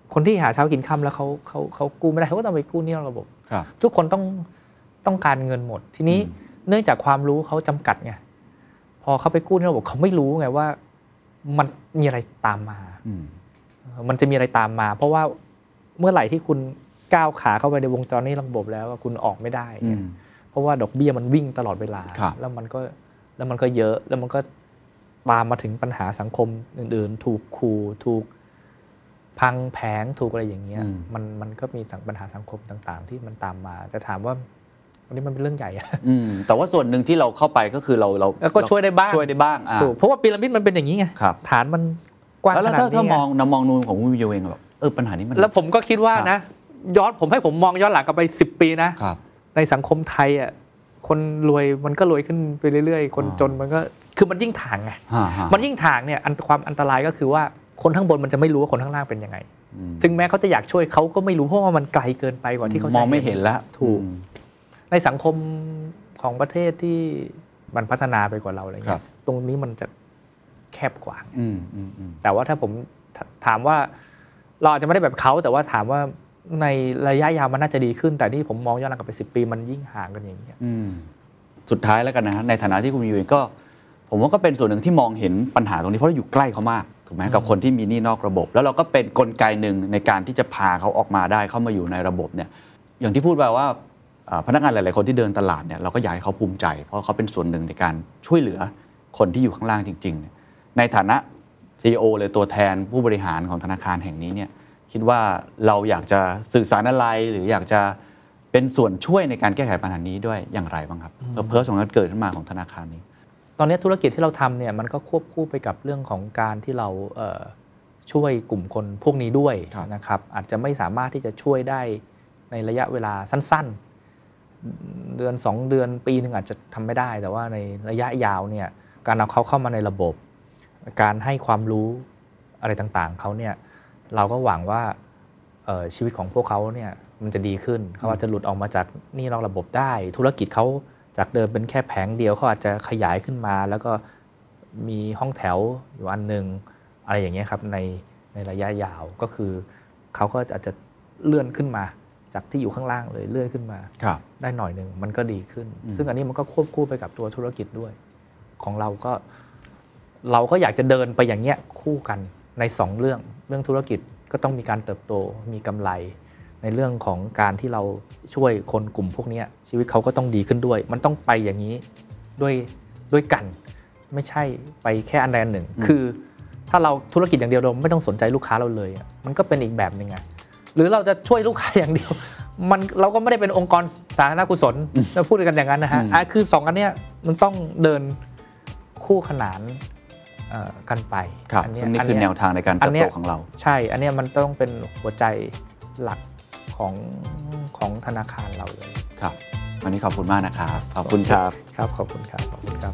คนที่หาเช้ากินค่ำแล้วเขากู้ไม่ได้เขาก็ต้องไปกู้หนี้นอกระบบทุกคนต้องการเงินหมดทีนี้เนื่องจากความรู้เขาจำกัดไงพอเขาไปกู้หนี้นอกระบบเขาไม่รู้ไงว่ามันมีอะไรตามมามันจะมีอะไรตามมาเพราะว่าเมื่อไหร่ที่คุณก้าวขาเข้าไปในวงจรนี้ระบบแล้วคุณออกไม่ได้เพราะว่าดอกเบี้ยมันวิ่งตลอดเวลาแล้วมันก็เยอะแล้วมันก็ตามมาถึงปัญหาสังคมอื่นๆถูกขู่ถูกพังแผงถูกอะไรอย่างเงี้ยมันก็มีปัญหาสังคมต่างๆที่มันตามมาแต่ถามว่าอันนี้มันเป็นเรื่องใหญ่แต่ว่าส่วนหนึ่งที่เราเข้าไปก็คือเราก็ช่วยได้บ้างถูกเพราะว่าพีระมิดมันเป็นอย่างนี้ไงฐานมันกว้างขนาดนี้แล้วถ้ามองนูนของคุณวิวเองแบบปัญหานี้มันแล้วผมก็คิดว่านะผมมองย้อนหลังกลับไป10ปีนะในสังคมไทยอ่ะคนรวยมันก็รวยขึ้นไปเรื่อยๆคนจนมันก็คือมันยิ่งถ่างไงมันยิ่งถ่างเนี่ยความอันตรายก็คือว่าคนข้างบนมันจะไม่รู้ว่าคนข้างล่างเป็นยังไงถึงแม้เขาจะอยากช่วยเขาก็ไม่รู้เพราะว่ามันไกลเกินไปกว่าที่เขามองไม่เห็นแล้วถูกในสังคมของประเทศที่มันพัฒนาไปกว่าเราอะไรเงี้ยตรงนี้มันจะแคบกว่าแต่ว่าถ้าผมถามว่าเราอาจจะไม่ได้แบบเขาแต่ว่าถามว่าในระยะยาวมันน่าจะดีขึ้นแต่ที่ผมมองย้อนหลังกลับไป10 ปีมันยิ่งห่างกันอย่างเงี้ยสุดท้ายแล้วกันนะฮะในฐานะที่คุณวิวเองก็ผมว่าก็เป็นส่วนหนึ่งที่มองเห็นปัญหาตรงนี้เพราะเราอยู่ใกล้เขามากถูกไหมกับคนที่มีหนี้นอกระบบแล้วเราก็เป็นกลไกหนึ่งในการที่จะพาเขาออกมาได้เข้ามาอยู่ในระบบเนี่ยอย่างที่พูดไปว่าพนักงานหลายๆคนที่เดินตลาดเนี่ยเราก็อยากให้เขาภูมิใจเพราะเขาเป็นส่วนหนึ่งในการช่วยเหลือคนที่อยู่ข้างล่างจริงๆในฐานะ CEO เลยตัวแทนผู้บริหารของธนาคารแห่งนี้เนี่ยคิดว่าเราอยากจะสื่อสารอะไรหรืออยากจะเป็นส่วนช่วยในการแก้ไขปัญหานี้ด้วยอย่างไรบ้างครับเพิ่มของการเกิดขึ้นมาของธนาคารนี้ตอนนี้ธุรกิจที่เราทำเนี่ยมันก็ควบคู่ไปกับเรื่องของการที่เราช่วยกลุ่มคนพวกนี้ด้วยนะครับอาจจะไม่สามารถที่จะช่วยได้ในระยะเวลาสั้นๆเดือน2 เดือนปีนึงอาจจะทำไม่ได้แต่ว่าในระยะยาวเนี่ยการเอาเขาเข้ามาในระบบการให้ความรู้อะไรต่างๆเขาเนี่ยเราก็หวังว่าชีวิตของพวกเขาเนี่ยมันจะดีขึ้นเขาอาจจะหลุดออกมาจากหนี้นอกระบบได้ธุรกิจเขาจากเดิมเป็นแค่แผงเดียวเขาอาจจะขยายขึ้นมาแล้วก็มีห้องแถวอยู่อันนึงอะไรอย่างเงี้ยครับในระยะยาวก็คือเขาก็อาจจะเลื่อนขึ้นมาจากที่อยู่ข้างล่างเลยเลื่อนขึ้นมาได้หน่อยนึงมันก็ดีขึ้นซึ่งอันนี้มันก็ควบคู่ไปกับตัวธุรกิจด้วยของเราก็อยากจะเดินไปอย่างเงี้ยคู่กันใน2เรื่องธุรกิจก็ต้องมีการเติบโตมีกำไรในเรื่องของการที่เราช่วยคนกลุ่มพวกนี้ชีวิตเขาก็ต้องดีขึ้นด้วยมันต้องไปอย่างนี้ด้วยกันไม่ใช่ไปแค่อันใดอันหนึ่งคือถ้าเราธุรกิจอย่างเดียวเราไม่ต้องสนใจลูกค้าเราเลยมันก็เป็นอีกแบบนึงไงหรือเราจะช่วยลูกค้าอย่างเดียวเราก็ไม่ได้เป็นองค์กรสาธารณกุศลเราพูดกันอย่างนั้นนะฮะคือ2อันเนี้ยมันต้องเดินคู่ขนานกันไปอันนี้คือแนวทางในการเติบโตของเราใช่อันนี้มันต้องเป็นหัวใจหลักของธนาคารเราเลยครับวันนี้ขอบคุณมากนะครับขอบคุณครับครับขอบคุณครับขอบคุณครับ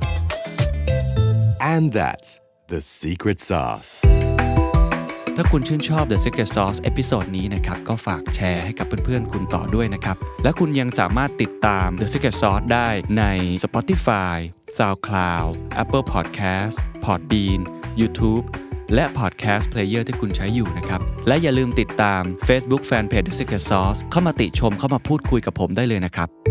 And that's the secret sauce ถ้าคุณชื่นชอบ The Secret Sauce เอพิโซดนี้นะครับก็ฝากแชร์ให้กับเพื่อนๆคุณต่อด้วยนะครับและคุณยังสามารถติดตาม The Secret Sauce ได้ใน Spotify, SoundCloud, Apple Podcast, Podbean, YouTube และ Podcast Player ที่คุณใช้อยู่นะครับและอย่าลืมติดตาม Facebook Fanpage The Secret Sauce เข้ามาติชมเข้ามาพูดคุยกับผมได้เลยนะครับ